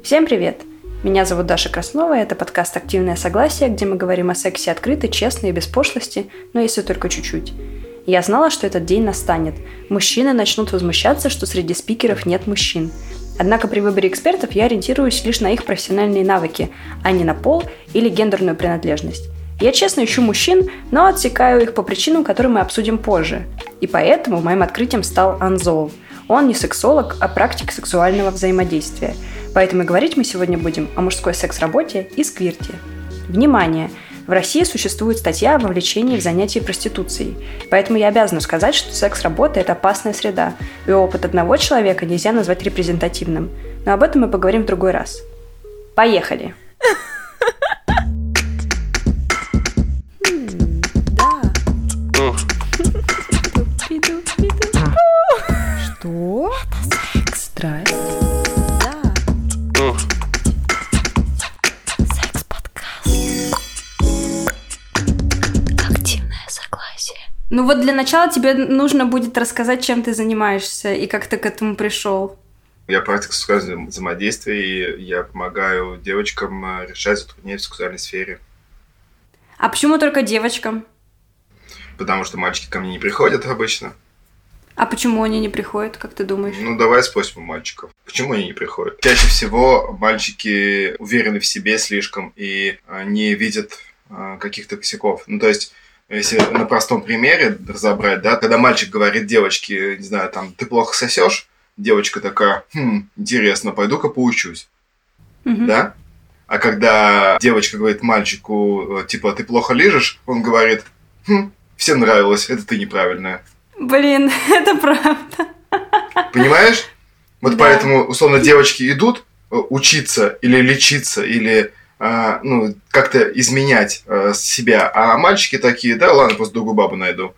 Всем привет! Меня зовут Даша Краснова, и это подкаст «Активное согласие», где мы говорим о сексе открыто, честно и без пошлости, но если только чуть-чуть. Я знала, что этот день настанет. Мужчины начнут возмущаться, что среди спикеров нет мужчин. Однако при выборе экспертов я ориентируюсь лишь на их профессиональные навыки, а не на пол или гендерную принадлежность. Я честно ищу мужчин, но отсекаю их по причинам, которые мы обсудим позже. И поэтому моим открытием стал Анзол. Он не сексолог, а практик сексуального взаимодействия. Поэтому и говорить мы сегодня будем о мужской секс-работе и сквирте. Внимание! В России существует статья о вовлечении в занятия проституцией. Поэтому я обязана сказать, что секс-работа – это опасная среда, и опыт одного человека нельзя назвать репрезентативным. Но об этом мы поговорим в другой раз. Поехали! Что? Это секс. Здрасте. Ну вот для начала тебе нужно будет рассказать, чем ты занимаешься и как ты к этому пришел. Я практик сексуального взаимодействия, и я помогаю девочкам решать затруднения в сексуальной сфере. А почему только девочкам? Потому что мальчики ко мне не приходят обычно. А почему они не приходят, как ты думаешь? Ну, давай спросим у мальчиков. Почему они не приходят? Чаще всего мальчики уверены в себе слишком и не видят каких-то косяков. Ну, то есть... Если на простом примере разобрать, да, когда мальчик говорит девочке, не знаю, там, ты плохо сосешь, девочка такая, интересно, пойду-ка поучусь, да? А когда девочка говорит мальчику, типа, ты плохо лижешь, он говорит, всем нравилось, это ты неправильная. Блин, это правда. Понимаешь? Вот да. Поэтому, условно, девочки идут учиться или лечиться, или... как-то изменять себя. А мальчики такие, да, ладно, просто другую бабу найду.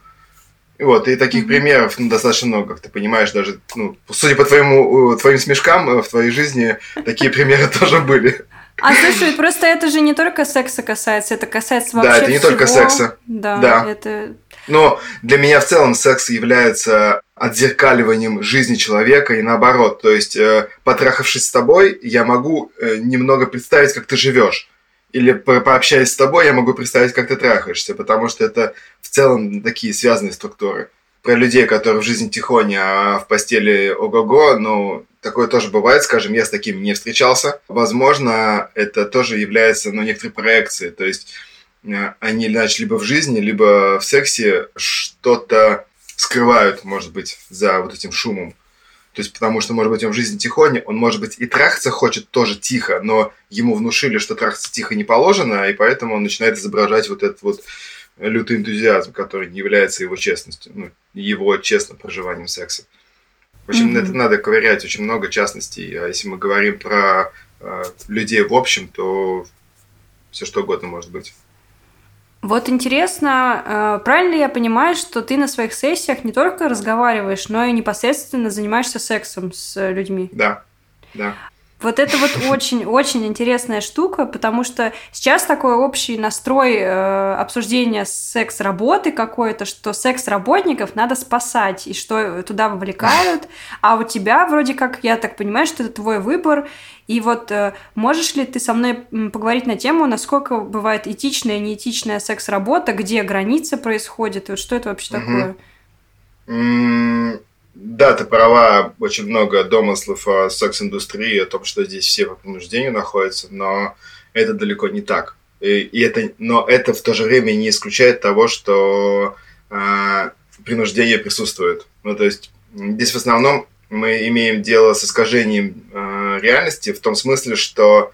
И таких примеров достаточно много, как ты понимаешь, даже, судя по твоим смешкам, в твоей жизни такие примеры тоже были. А слушай, просто это же не только секса касается, это касается вообще всего. Да, это не только секса. Да. Это... Но для меня в целом секс является отзеркаливанием жизни человека и наоборот. То есть, потрахавшись с тобой, я могу немного представить, как ты живешь. Или пообщаясь с тобой, я могу представить, как ты трахаешься. Потому что это в целом такие связанные структуры. Про людей, которые в жизни тихоня, а в постели ого-го, такое тоже бывает, скажем, я с такими не встречался. Возможно, это тоже является, некоторой проекцией. То есть, они иначе либо в жизни, либо в сексе что-то скрывают, может быть, за вот этим шумом. То есть, потому что, может быть, он в жизни тихоня, он, может быть, и трахаться хочет тоже тихо, но ему внушили, что трахаться тихо не положено, и поэтому он начинает изображать вот этот вот лютый энтузиазм, который не является его честностью, его честным проживанием секса. В общем, это надо ковырять, очень много частностей. А если мы говорим про людей в общем, то все что угодно может быть. Вот интересно, правильно ли я понимаю, что ты на своих сессиях не только разговариваешь, но и непосредственно занимаешься сексом с людьми? Да. Вот это вот очень-очень интересная штука, потому что сейчас такой общий настрой обсуждения секс-работы какой-то, что секс-работников надо спасать, и что туда вовлекают, а у тебя вроде как, я так понимаю, что это твой выбор, и вот можешь ли ты со мной поговорить на тему, насколько бывает этичная и неэтичная секс-работа, где границы происходят, и вот что это вообще такое? Да, ты права, очень много домыслов о секс-индустрии, о том, что здесь все по принуждению находятся, но это далеко не так. Но это в то же время не исключает того, что принуждение присутствует. То есть здесь в основном мы имеем дело с искажением реальности в том смысле, что,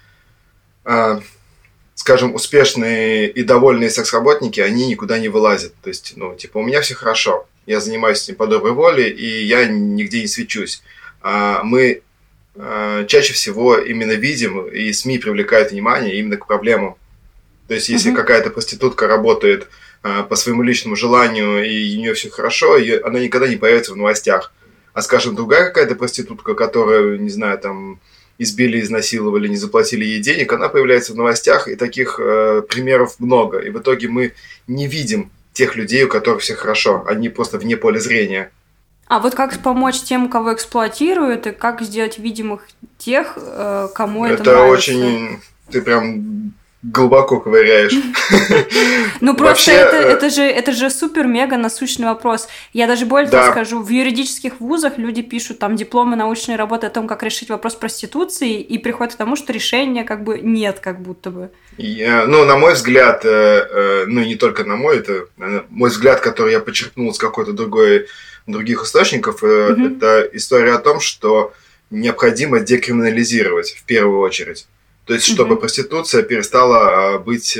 скажем, успешные и довольные секс-работники, они никуда не вылазят. То есть, у меня все хорошо. Я занимаюсь этим по доброй воле, и я нигде не свечусь. Мы чаще всего именно видим, и СМИ привлекают внимание именно к проблемам. То есть, если какая-то проститутка работает по своему личному желанию, и у нее все хорошо, она никогда не появится в новостях. А, скажем, другая какая-то проститутка, которая, не знаю, там, избили, изнасиловали, не заплатили ей денег, она появляется в новостях, и таких примеров много. И в итоге мы не видим тех людей, у которых все хорошо. Они просто вне поля зрения. А вот как помочь тем, кого эксплуатируют, и как сделать видимых тех, кому это нравится? Это очень... Ты прям глубоко ковыряешь. Ну просто это же супер-мега насущный вопрос. Я даже более того скажу, в юридических вузах люди пишут там дипломы, научные работы о том, как решить вопрос проституции, и приходят к тому, что решения как бы нет, как будто бы. Ну, на мой взгляд, ну не только на мой, это мой взгляд, который я почерпнул с других источников, это история о том, что необходимо декриминализировать в первую очередь. То есть, чтобы проституция перестала быть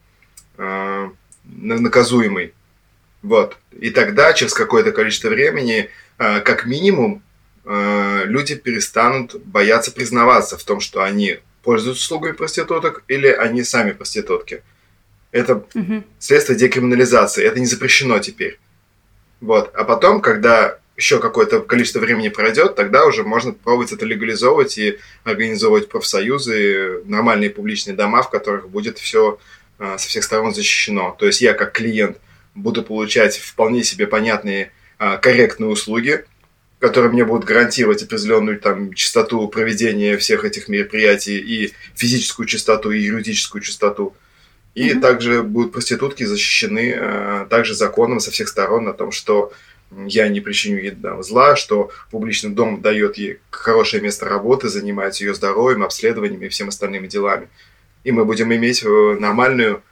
наказуемой. Вот. И тогда, через какое-то количество времени, как минимум, люди перестанут бояться признаваться в том, что они пользуются услугами проституток или они сами проститутки. Это следствие декриминализации. Это не запрещено теперь. Вот. А потом, когда еще какое-то количество времени пройдет, тогда уже можно пробовать это легализовывать и организовывать профсоюзы, нормальные публичные дома, в которых будет все со всех сторон защищено. То есть я как клиент буду получать вполне себе понятные, корректные услуги, которые мне будут гарантировать определенную там чистоту проведения всех этих мероприятий, и физическую чистоту, и юридическую чистоту. И также будут проститутки защищены также законом со всех сторон о том, что я не причиню ей зла, что публичный дом дает ей хорошее место работы, занимается ее здоровьем, обследованиями и всем остальными делами. И мы будем иметь нормальную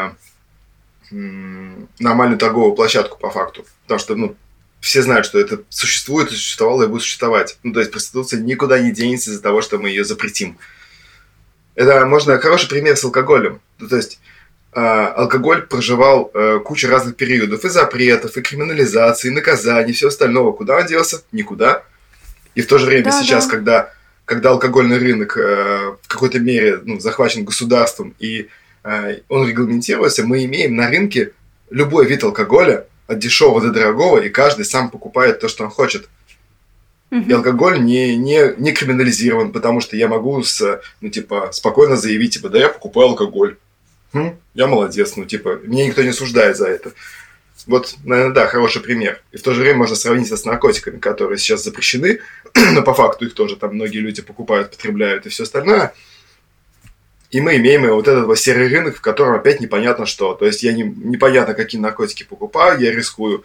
торговую площадку по факту. Потому что все знают, что это существует, и существовало, и будет существовать. То есть проституция никуда не денется из-за того, что мы ее запретим. Это хороший пример с алкоголем. То есть алкоголь проживал кучу разных периодов и запретов, и криминализации, и наказаний, и всего остального. Куда он делся? Никуда. И в то же время сейчас, когда алкогольный рынок в какой-то мере захвачен государством и он регламентируется, мы имеем на рынке любой вид алкоголя, от дешевого до дорогого, и каждый сам покупает то, что он хочет. И алкоголь не криминализирован, потому что я могу спокойно заявить, да, я покупаю алкоголь. Я молодец, меня никто не осуждает за это. Вот, наверное, да, хороший пример. И в то же время можно сравнить это с наркотиками, которые сейчас запрещены, но по факту их тоже там многие люди покупают, потребляют и все остальное. И мы имеем вот этот серый рынок, в котором опять непонятно что. То есть я непонятно, какие наркотики покупаю, я рискую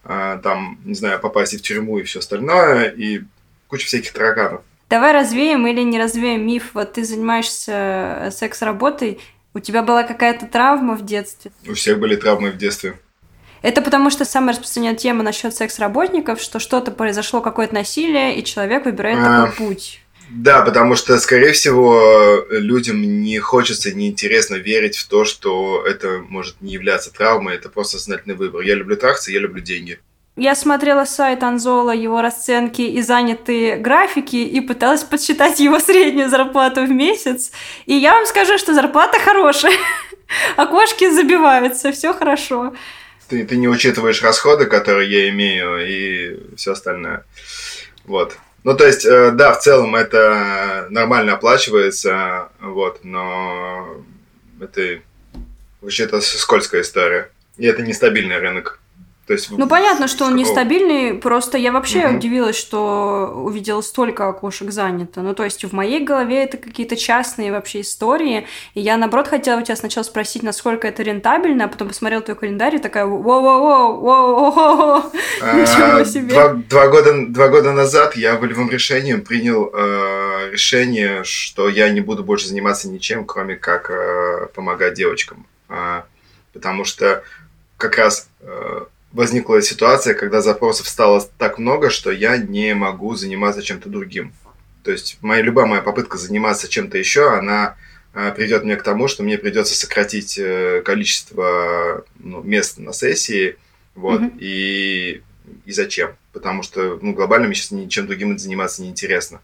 попасть и в тюрьму и все остальное, и куча всяких тараганов. Давай развеем или не развеем миф. Вот ты занимаешься секс-работой, у тебя была какая-то травма в детстве? У всех были травмы в детстве. Это потому что самая распространенная тема насчет секс-работников, что что-то произошло, какое-то насилие, и человек выбирает такой путь. Да, потому что, скорее всего, людям не хочется, неинтересно верить в то, что это может не являться травмой, это просто сознательный выбор. Я люблю трахаться, я люблю деньги. Я смотрела сайт Анзола, его расценки и занятые графики, и пыталась подсчитать его среднюю зарплату в месяц. И я вам скажу, что зарплата хорошая. Окошки забиваются, все хорошо. Ты не учитываешь расходы, которые я имею, и все остальное. Вот. То есть, да, в целом это нормально оплачивается, вот, но это вообще-то скользкая история. И это нестабильный рынок. То есть, понятно, что он нестабильный, просто я вообще удивилась, что увидела столько окошек занято. То есть в моей голове это какие-то частные вообще истории, и я, наоборот, хотела у тебя сначала спросить, насколько это рентабельно, а потом посмотрела твой календарь и такая воу-воу-воу, ничего себе. 2 года назад я волевым решением принял решение, что я не буду больше заниматься ничем, кроме как помогать девочкам. Потому что как раз возникла ситуация, когда запросов стало так много, что я не могу заниматься чем-то другим. То есть любая моя попытка заниматься чем-то еще, она приведет меня к тому, что мне придется сократить количество мест на сессии. Вот, и зачем? Потому что глобально мне сейчас ничем другим заниматься неинтересно.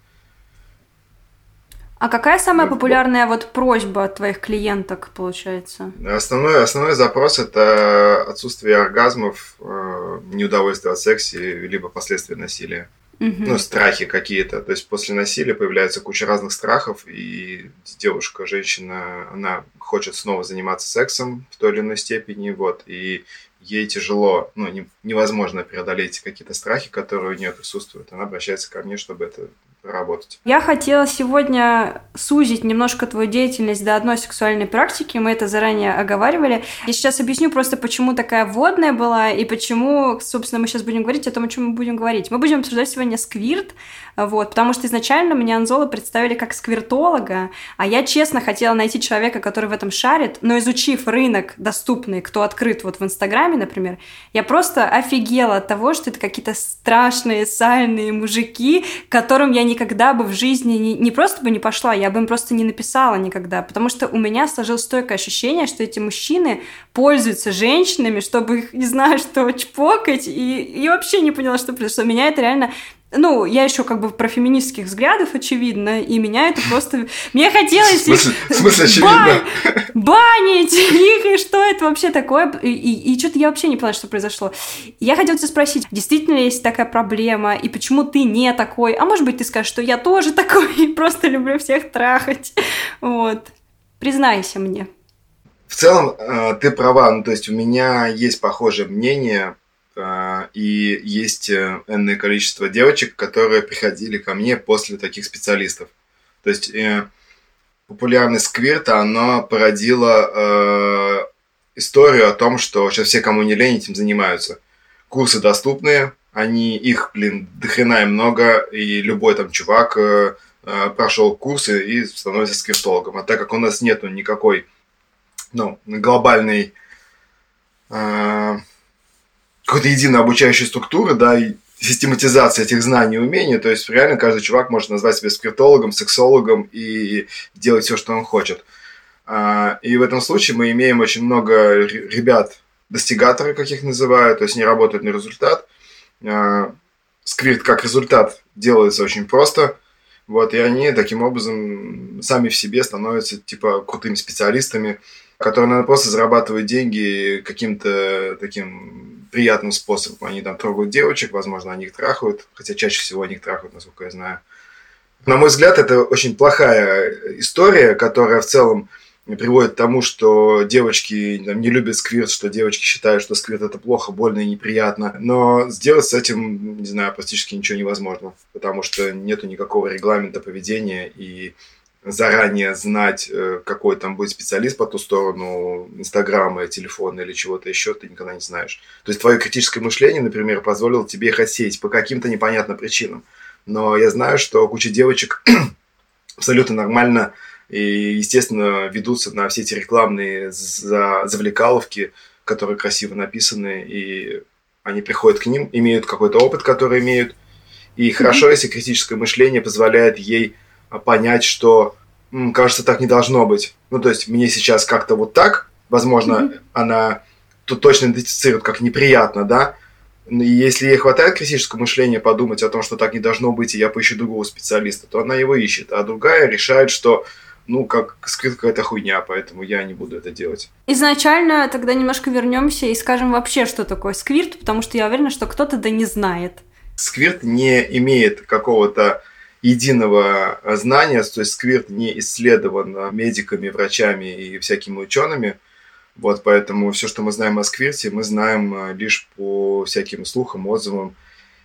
А какая самая популярная просьба от твоих клиенток, получается? Основной запрос – это отсутствие оргазмов, неудовольствие от секса, либо последствия насилия. Страхи какие-то. То есть после насилия появляется куча разных страхов, и девушка, женщина, она хочет снова заниматься сексом в той или иной степени, вот, и ей тяжело, невозможно преодолеть какие-то страхи, которые у нее присутствуют. Она обращается ко мне, чтобы это проработать. Я хотела сегодня сузить немножко твою деятельность до одной сексуальной практики, мы это заранее оговаривали. Я сейчас объясню просто, почему такая вводная была и почему, собственно, мы сейчас будем говорить о том, о чем мы будем говорить. Мы будем обсуждать сегодня сквирт, потому что изначально меня Анзолу представили как сквиртолога, а я честно хотела найти человека, который в этом шарит, но изучив рынок доступный, кто открыт в Инстаграме, например, я просто офигела от того, что это какие-то страшные, сальные мужики, которым я никогда бы в жизни не просто бы не пошла, я бы им просто не написала никогда, потому что у меня сложилось стойкое ощущение, что эти мужчины пользуются женщинами, чтобы их, не знаю, что, чпокать, и вообще не поняла, что произошло. Меня это реально... я еще про феминистских взглядов, очевидно, и меня это просто... Мне хотелось их очевидно? Банить их, и что это вообще такое? И что-то я вообще не поняла, что произошло. Я хотела тебя спросить, действительно ли есть такая проблема, и почему ты не такой? А может быть, ты скажешь, что я тоже такой, и просто люблю всех трахать. Признайся мне. В целом, ты права. То есть у меня есть похожее мнение, и есть энное количество девочек, которые приходили ко мне после таких специалистов. То есть популярность сквирта, она породила историю о том, что сейчас все, кому не лень, этим занимаются. Курсы доступные, их, дохрена и много, и любой там чувак прошел курсы и становится сквиртологом. А так как у нас нету никакой глобальной какой-то единой обучающей структуры, и систематизации этих знаний и умений, то есть реально каждый чувак может назвать себя сквиртологом, сексологом и делать все, что он хочет. И в этом случае мы имеем очень много ребят, достигаторы, как их называют, то есть не работают на результат. Сквирт как результат делается очень просто, и они таким образом сами в себе становятся крутыми специалистами, которые, наверное, просто зарабатывают деньги каким-то таким приятным способом. Они там трогают девочек, возможно, они их трахают, хотя чаще всего они их трахают, насколько я знаю. На мой взгляд, это очень плохая история, которая в целом приводит к тому, что девочки не любят сквирт, что девочки считают, что сквирт – это плохо, больно и неприятно. Но сделать с этим, не знаю, практически ничего невозможно, потому что нету никакого регламента поведения, и заранее знать, какой там будет специалист по ту сторону Инстаграма, телефона или чего-то еще, ты никогда не знаешь. То есть твое критическое мышление, например, позволило тебе их отсеять по каким-то непонятным причинам. Но я знаю, что куча девочек абсолютно нормально и, естественно, ведутся на все эти рекламные завлекаловки, которые красиво написаны, и они приходят к ним, имеют какой-то опыт, который имеют. И хорошо, если критическое мышление позволяет ей понять, что, кажется, так не должно быть. То есть мне сейчас как-то так, возможно, она тут точно идентифицирует как неприятно, да? И если ей хватает критического мышления подумать о том, что так не должно быть, и я поищу другого специалиста, то она его ищет. А другая решает, что, как скрыт какая-то хуйня, поэтому я не буду это делать. Изначально тогда немножко вернемся и скажем вообще, что такое сквирт, потому что я уверена, что кто-то не знает. Сквирт не имеет какого-то единого знания, то есть сквирт не исследован медиками, врачами и всякими учеными. Поэтому все, что мы знаем о сквирте, мы знаем лишь по всяким слухам, отзывам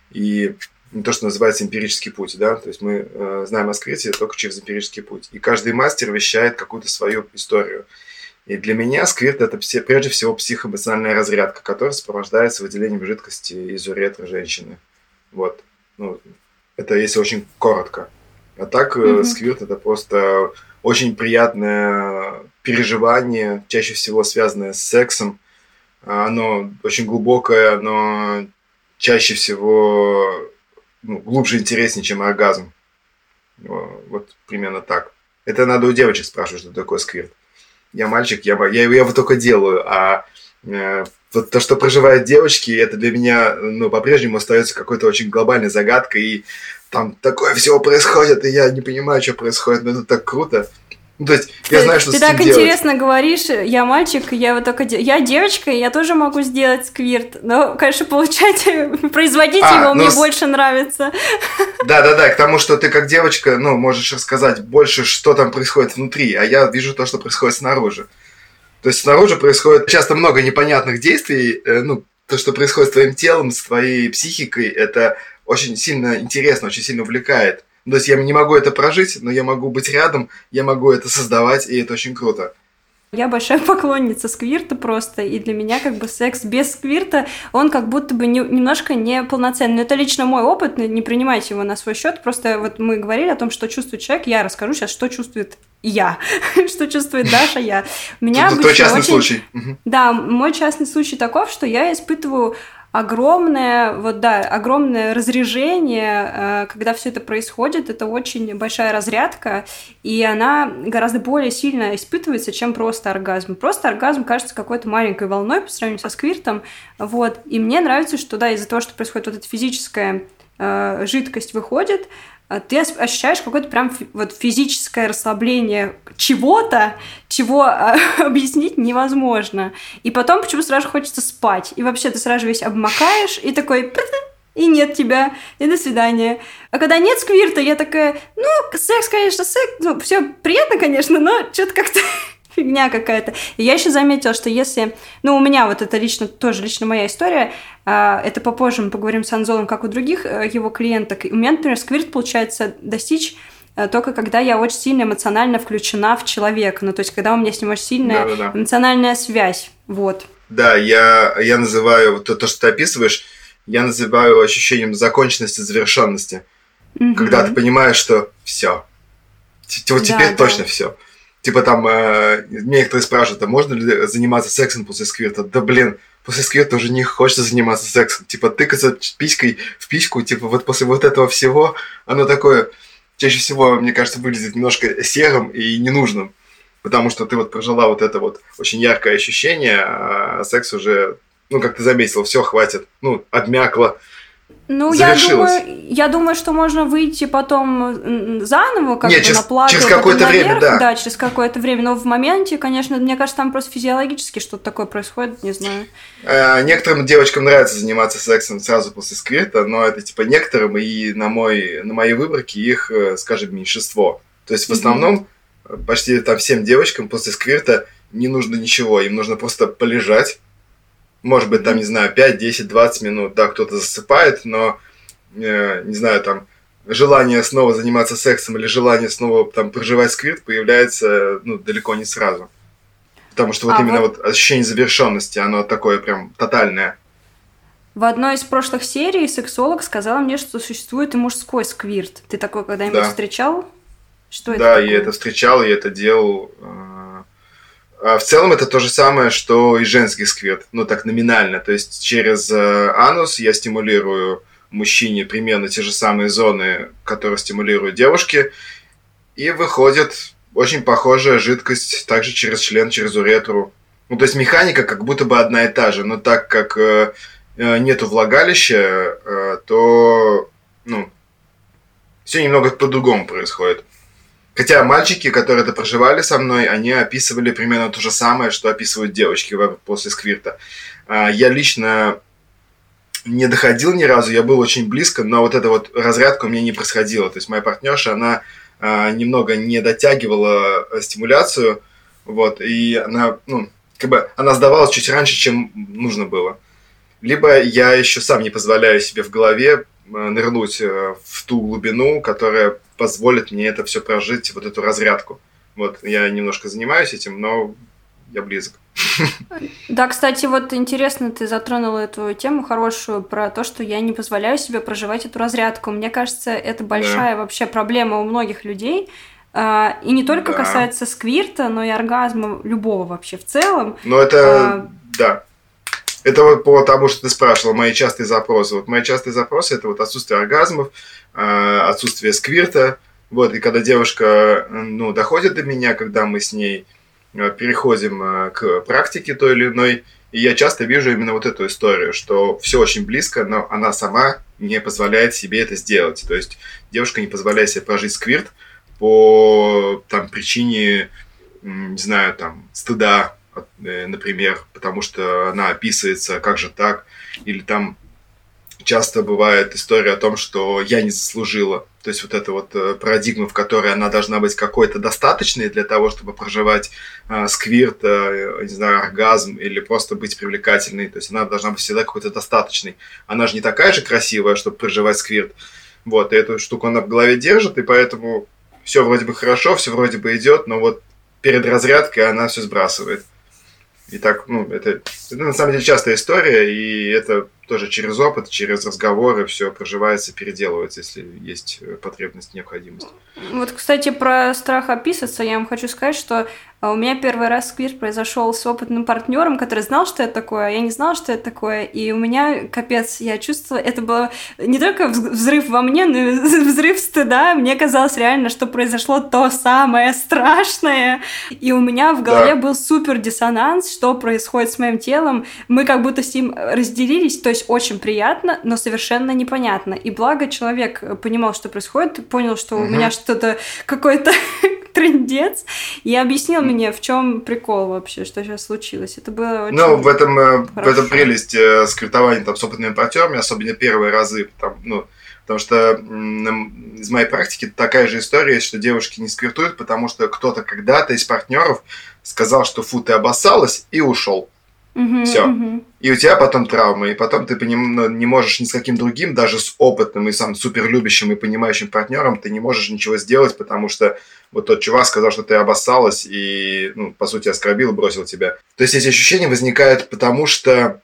и то, что называется эмпирический путь. Да? То есть мы знаем о сквирте только через эмпирический путь. И каждый мастер вещает какую-то свою историю. И для меня сквирт – это прежде всего психоэмоциональная разрядка, которая сопровождается выделением жидкости из уретры женщины. Это если очень коротко. А так сквирт – это просто очень приятное переживание, чаще всего связанное с сексом. Оно очень глубокое, оно чаще всего глубже и интереснее, чем оргазм. Примерно так. Это надо у девочек спрашивать, что такое сквирт. Я мальчик, я его только делаю, а то, что проживают девочки, это для меня по-прежнему остается какой-то очень глобальной загадкой, и там такое всего происходит, и я не понимаю, что происходит, но это так круто. То есть, я знаю, что ты так делать. Интересно говоришь, я мальчик, я девочка, и я тоже могу сделать сквирт, но, конечно, производить его мне больше нравится. Да, к тому, что ты как девочка, можешь рассказать больше, что там происходит внутри, а я вижу то, что происходит снаружи. То есть снаружи происходит часто много непонятных действий, то, что происходит с твоим телом, с твоей психикой, это очень сильно интересно, очень сильно увлекает. То есть я не могу это прожить, но я могу быть рядом, я могу это создавать, и это очень круто. Я большая поклонница сквирта просто, и для меня как бы секс без сквирта, он как будто бы немножко неполноценный. Но это лично мой опыт, не принимайте его на свой счет. Просто вот мы говорили о том, что чувствует человек, я расскажу сейчас, что чувствует я, что чувствует Даша, я. У меня твой частный случай. Да, мой частный случай таков, что я испытываю огромное разряжение, когда все это происходит, это очень большая разрядка, и она гораздо более сильно испытывается, чем просто оргазм. Просто оргазм кажется какой-то маленькой волной по сравнению со сквиртом, вот. И мне нравится, что да, из-за того, что происходит вот эта физическая жидкость выходит, ты ощущаешь какое-то прям вот физическое расслабление чего-то, чего объяснить невозможно. И потом почему-то сразу хочется спать. И вообще ты сразу весь обмокаешь, и такой... И нет тебя, и до свидания. А когда нет сквирта, я такая, секс, конечно, секс, все приятно, конечно, но что-то как-то фигня какая-то. И я еще заметила, что если... у меня вот это лично моя история, это попозже мы поговорим с Анзолом, как у других его клиенток. У меня, например, сквирт получается достичь только когда я очень сильно эмоционально включена в человека. То есть, когда у меня с ним очень сильная эмоциональная связь. Вот. Да, я называю то, что ты описываешь, я называю ощущением законченности, завершенности. Угу. Когда ты понимаешь, что все. Вот теперь точно все. Типа там, некоторые спрашивают, а можно ли заниматься сексом после сквирта? Да блин, после сквирта уже не хочется заниматься сексом. Типа тыкаться писькой в письку, типа вот после вот этого всего, оно такое, чаще всего, мне кажется, выглядит немножко серым и ненужным. Потому что ты вот прожила вот это вот очень яркое ощущение, а секс уже, как ты заметил, все, хватит, обмякло. Я думаю, что можно выйти потом заново, наплакать. Через какое-то время, да. Да, через какое-то время. Но в моменте, конечно, мне кажется, там просто физиологически что-то такое происходит, не знаю. Некоторым девочкам нравится заниматься сексом сразу после сквирта, но это типа некоторым, и на моей выборке их, скажем, меньшинство. То есть в основном почти там всем девочкам после сквирта не нужно ничего, им нужно просто полежать. Может быть, там, не знаю, 5, 10, 20 минут, да, кто-то засыпает, но, не знаю, там, желание снова заниматься сексом или желание снова там проживать сквирт появляется, далеко не сразу. Потому что именно ощущение завершенности, оно такое прям тотальное. В одной из прошлых серий сексолог сказала мне, что существует и мужской сквирт. Ты такой когда-нибудь встречал? Что это такое? Да, я это встречал, и это делал... В целом это то же самое, что и женский сквирт, так номинально. То есть через анус я стимулирую мужчине примерно те же самые зоны, которые стимулируют девушки, и выходит очень похожая жидкость также через член, через уретру. То есть механика как будто бы одна и та же, но так как нету влагалища, то все немного по-другому происходит. Хотя мальчики, которые это проживали со мной, они описывали примерно то же самое, что описывают девочки после сквирта. Я лично не доходил ни разу, я был очень близко, но вот эта вот разрядка у меня не происходила. То есть моя партнерша, она немного не дотягивала стимуляцию, и она, она сдавалась чуть раньше, чем нужно было. Либо я еще сам не позволяю себе в голове нырнуть в ту глубину, которая позволит мне это все прожить, вот эту разрядку. Я немножко занимаюсь этим, но я близок. Да, кстати, интересно, ты затронула эту тему хорошую про то, что я не позволяю себе проживать эту разрядку. Мне кажется, это большая вообще проблема у многих людей. И не только касается сквирта, но и оргазма любого вообще в целом. Но это, да. Это по тому, что ты спрашивала, мои частые запросы. Мои частые запросы – это отсутствие оргазмов, отсутствие сквирта. И когда девушка доходит до меня, когда мы с ней переходим к практике той или иной, и я часто вижу именно эту историю, что все очень близко, но она сама не позволяет себе это сделать. То есть девушка не позволяет себе прожить сквирт по причине, не знаю, стыда, например, потому что она описывается, как же так, или часто бывает история о том, что я не заслужила. То есть вот эта вот парадигма, в которой она должна быть какой-то достаточной для того, чтобы проживать сквирт, не знаю, оргазм или просто быть привлекательной. То есть она должна быть всегда какой-то достаточной. Она же не такая же красивая, чтобы проживать сквирт. Вот, и эту штуку она в голове держит, и поэтому все вроде бы хорошо, все вроде бы идет, но вот перед разрядкой она все сбрасывает. И так, это на самом деле частая история, и это тоже через опыт, через разговоры все проживается, переделывается, если есть потребность, необходимость. Вот, кстати, про страх описаться я вам хочу сказать, что у меня первый раз сквирт произошел с опытным партнером, который знал, что это такое, а я не знала, что это такое, и у меня, капец, я чувствовала, это было не только взрыв во мне, но и взрыв стыда. Мне казалось реально, что произошло то самое страшное, и у меня в голове был супер диссонанс, что происходит с моим телом. Мы как будто с ним разделились, то есть очень приятно, но совершенно непонятно. И благо человек понимал, что происходит, понял, что у меня что-то, какой-то трындец, и объяснил мне, в чем прикол вообще, что сейчас случилось. Это было очень в этом прелесть скриптования там, с опытными партнерами, особенно первые разы, потому что из моей практики такая же история есть, что девушки не сквиртуют, потому что кто-то когда-то из партнеров сказал, что фу, ты обоссалась, и ушел. Все. И у тебя потом травма, и потом ты не можешь ни с каким другим, даже с опытным и сам суперлюбящим и понимающим партнером, ты не можешь ничего сделать, потому что вот тот чувак сказал, что ты обоссалась и, по сути, оскорбил и бросил тебя. То есть эти ощущения возникают потому, что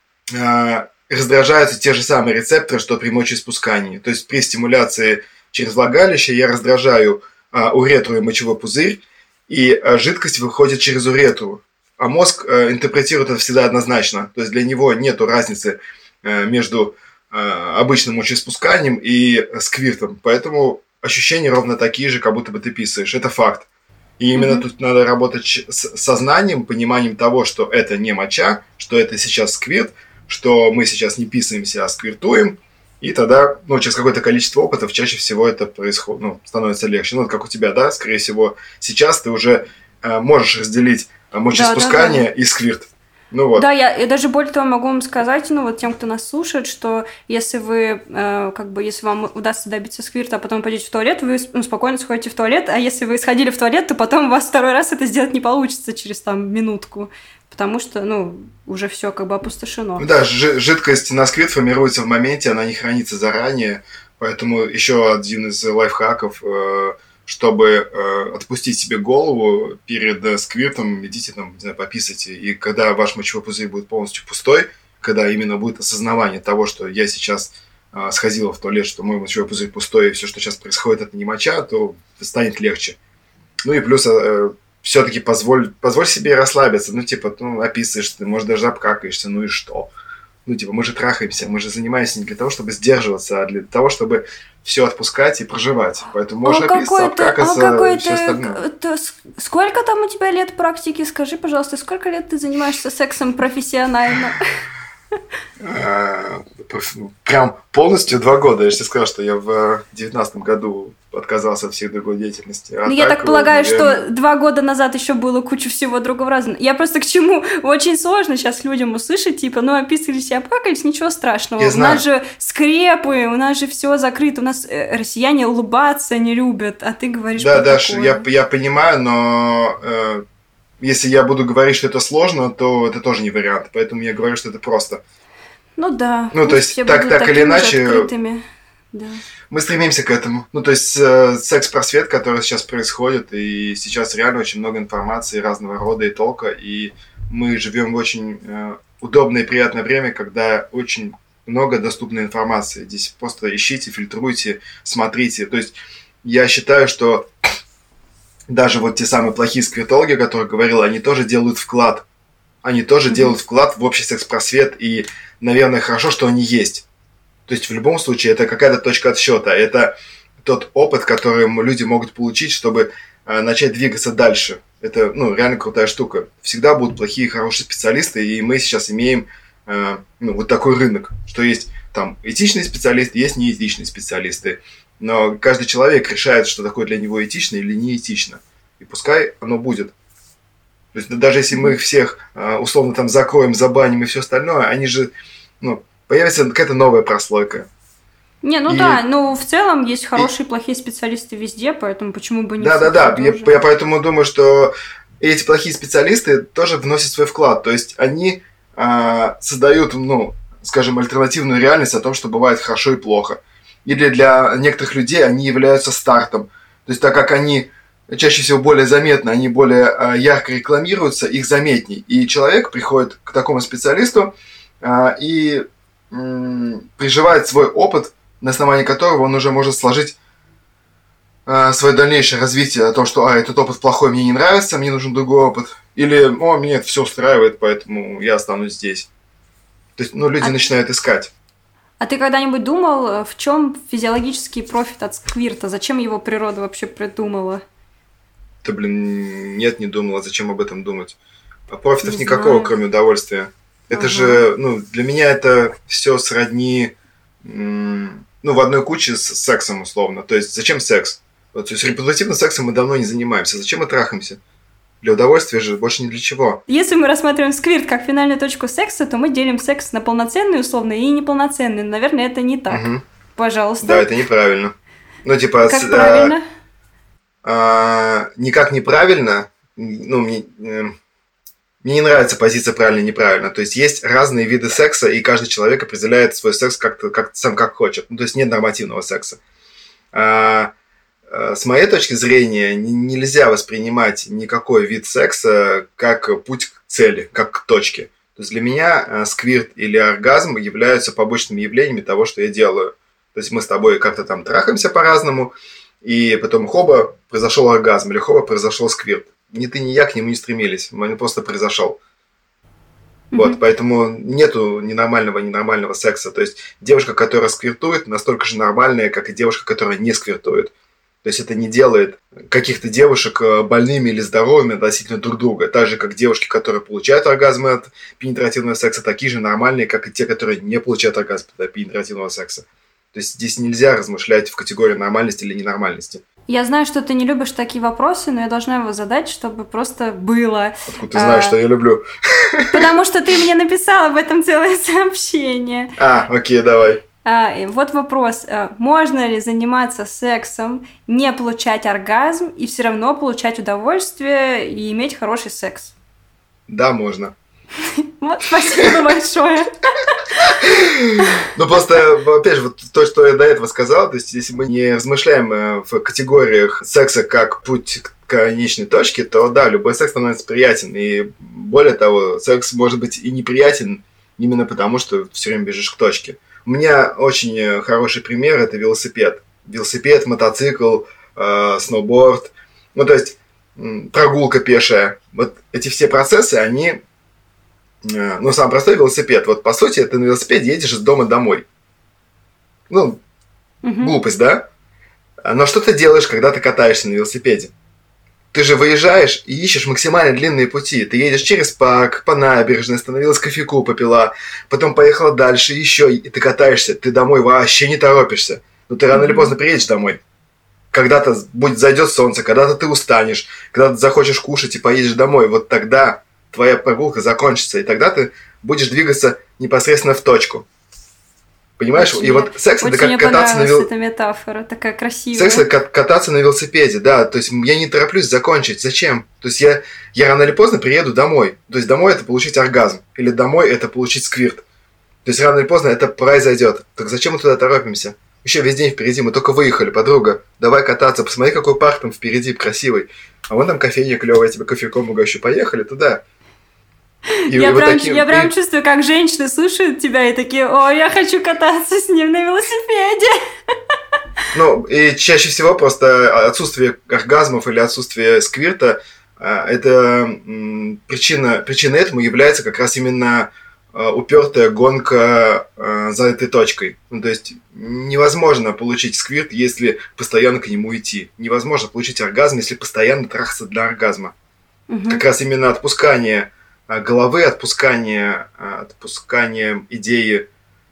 раздражаются те же самые рецепторы, что при мочеиспускании. То есть при стимуляции через влагалище я раздражаю уретру и мочевой пузырь, и жидкость выходит через уретру. А мозг интерпретирует это всегда однозначно. То есть для него нет разницы между обычным мочеиспусканием и сквиртом. Поэтому ощущения ровно такие же, как будто бы ты писаешь. Это факт. И именно тут надо работать с сознанием, пониманием того, что это не моча, что это сейчас сквирт, что мы сейчас не писаемся, а сквиртуем. И тогда, через какое-то количество опытов, чаще всего это происходит, становится легче. Как у тебя, да, скорее всего, сейчас ты уже можешь разделить мочеиспускание и сквирт. Да, я даже более того могу вам сказать, тем, кто нас слушает, что если вы, если вам удастся добиться сквирта, а потом пойдете в туалет, вы спокойно сходите в туалет, а если вы сходили в туалет, то потом у вас второй раз это сделать не получится через минутку, потому что, уже все опустошено. Да, жидкость на сквирт формируется в моменте, она не хранится заранее, поэтому еще один из лайфхаков – чтобы отпустить себе голову перед сквиртом, идите пописайте. И когда ваш мочевой пузырь будет полностью пустой, когда именно будет осознавание того, что я сейчас сходила в туалет, что мой мочевой пузырь пустой, и все, что сейчас происходит, это не моча, то станет легче. И плюс все-таки позволь себе расслабиться. Описываешь, ты, может, даже обкакаешься, и что? Мы же трахаемся, мы же занимаемся не для того, чтобы сдерживаться, а для того, чтобы все отпускать и проживать. Поэтому можно описаться, обкакаться, все остальное. Сколько там у тебя лет практики? Скажи, пожалуйста, сколько лет ты занимаешься сексом профессионально? Прям полностью 2 года. Я же тебе сказал, что я в 2019 году отказался от всей другой деятельности. Я так полагаю, что 2 года назад еще было куча всего другого разного. Я просто к чему? Очень сложно сейчас людям услышать, описывались и обкакались, ничего страшного. У нас же скрепы, у нас же все закрыто. У нас россияне улыбаться не любят, а ты говоришь про такое. Да, Даш, я понимаю, но если я буду говорить, что это сложно, то это тоже не вариант. Поэтому я говорю, что это просто. Да. То есть, так или иначе, открытыми. Да. Мы стремимся к этому. То есть, секс-просвет, который сейчас происходит, и сейчас реально очень много информации разного рода и толка, и мы живем в очень удобное и приятное время, когда очень много доступной информации. Здесь просто ищите, фильтруйте, смотрите. То есть, я считаю, что даже те самые плохие сквиртологи, о которых говорил, они тоже делают вклад. Они тоже делают вклад в общий секс-просвет, и, наверное, хорошо, что они есть. То есть, в любом случае, это какая-то точка отсчета. Это тот опыт, который люди могут получить, чтобы начать двигаться дальше. Это, реально крутая штука. Всегда будут плохие и хорошие специалисты, и мы сейчас имеем вот такой рынок, что есть там этичные специалисты, есть неэтичные специалисты. Но каждый человек решает, что такое для него этично или неэтично. И пускай оно будет. То есть даже если мы их всех условно закроем, забаним и все остальное, они же появится какая-то новая прослойка. Не, ну да, ну в целом есть хорошие и плохие специалисты везде, поэтому почему бы не... Да. Я поэтому думаю, что эти плохие специалисты тоже вносят свой вклад. То есть они создают, ну, скажем, альтернативную реальность о том, что бывает хорошо и плохо. Или для некоторых людей они являются стартом. То есть так как они чаще всего более заметны, они более ярко рекламируются, их заметней. И человек приходит к такому специалисту и приживает свой опыт, на основании которого он уже может сложить свое дальнейшее развитие о том, что этот опыт плохой, мне не нравится, мне нужен другой опыт. Или, меня это все устраивает, поэтому я останусь здесь. То есть, люди начинают искать. А ты когда-нибудь думал, в чем физиологический профит от сквирта? Зачем его природа вообще придумала? Да, нет, не думал. А зачем об этом думать? А профитов не никакого, кроме удовольствия. Это же, для меня это все сродни, в одной куче с сексом, условно. То есть, зачем секс? То есть, репродуктивным сексом мы давно не занимаемся. Зачем мы трахаемся? Для удовольствия же, больше ни для чего. Если мы рассматриваем сквирт как финальную точку секса, то мы делим секс на полноценный, условно, и неполноценный. Наверное, это не так. Пожалуйста. Да, это неправильно. Как правильно? Никак неправильно. Мне не нравится позиция правильно-неправильно. То есть разные виды секса, и каждый человек определяет свой секс сам как хочет. То есть нет нормативного секса. С моей точки зрения, нельзя воспринимать никакой вид секса как путь к цели, как к точке. То есть для меня сквирт или оргазм являются побочными явлениями того, что я делаю. То есть мы с тобой как-то там трахаемся по-разному, и потом хоба, произошел оргазм, или хоба, произошел сквирт. Ни ты, ни я к нему не стремились, он просто произошел. Вот, поэтому нету ненормального секса. То есть девушка, которая сквиртует, настолько же нормальная, как и девушка, которая не сквиртует. То есть это не делает каких-то девушек больными или здоровыми относительно друг друга. Так же, как девушки, которые получают оргазмы от пенетративного секса, такие же нормальные, как и те, которые не получают оргазм от пенетративного секса. То есть здесь нельзя размышлять в категории нормальности или ненормальности. Я знаю, что ты не любишь такие вопросы, но я должна его задать, чтобы просто было. Откуда ты знаешь, что я люблю? Потому что ты мне написал об этом целое сообщение. Окей, давай. Вот вопрос. Можно ли заниматься сексом, не получать оргазм и все равно получать удовольствие и иметь хороший секс? Да, можно. Вот, спасибо большое. Просто, опять же, вот то, что я до этого сказал, то есть если мы не размышляем в категориях секса как путь к конечной точке, то да, любой секс становится приятен. И более того, секс может быть и неприятен именно потому, что все время бежишь к точке. У меня очень хороший пример – это велосипед. Велосипед, мотоцикл, сноуборд. То есть прогулка пешая. Вот эти все процессы, они... самый простой велосипед. Вот, по сути, ты на велосипеде едешь из дома домой. Глупость, да? Но что ты делаешь, когда ты катаешься на велосипеде? Ты же выезжаешь и ищешь максимально длинные пути. Ты едешь через парк, по набережной, остановилась, кофейку попила, потом поехала дальше, еще, и ты катаешься. Ты домой вообще не торопишься. Но ты рано или поздно приедешь домой. Когда-то зайдет солнце, когда-то ты устанешь, когда ты захочешь кушать и поедешь домой. Вот тогда твоя прогулка закончится, и тогда ты будешь двигаться непосредственно в точку. Понимаешь? И вот секс это как кататься на велосипеде. Эта метафора такая красивая. Секс это кататься на велосипеде, да. То есть я не тороплюсь закончить. Зачем? То есть я рано или поздно приеду домой. То есть домой это получить оргазм. Или домой это получить сквирт. То есть рано или поздно это произойдет. Так зачем мы туда торопимся? Еще весь день впереди, мы только выехали, подруга. Давай кататься, посмотри, какой парк там впереди красивый. А вон там кофейня клевая, я тебе кофейком угощу. Поехали туда. Я прям чувствую, как женщины слушают тебя и такие: о, я хочу кататься с ним на велосипеде. И чаще всего просто отсутствие оргазмов или отсутствие сквирта, это причина этому является как раз именно упертая гонка за этой точкой. То есть невозможно получить сквирт, если постоянно к нему идти. Невозможно получить оргазм, если постоянно трахаться для оргазма. Как раз именно отпускание головы, отпускание идеи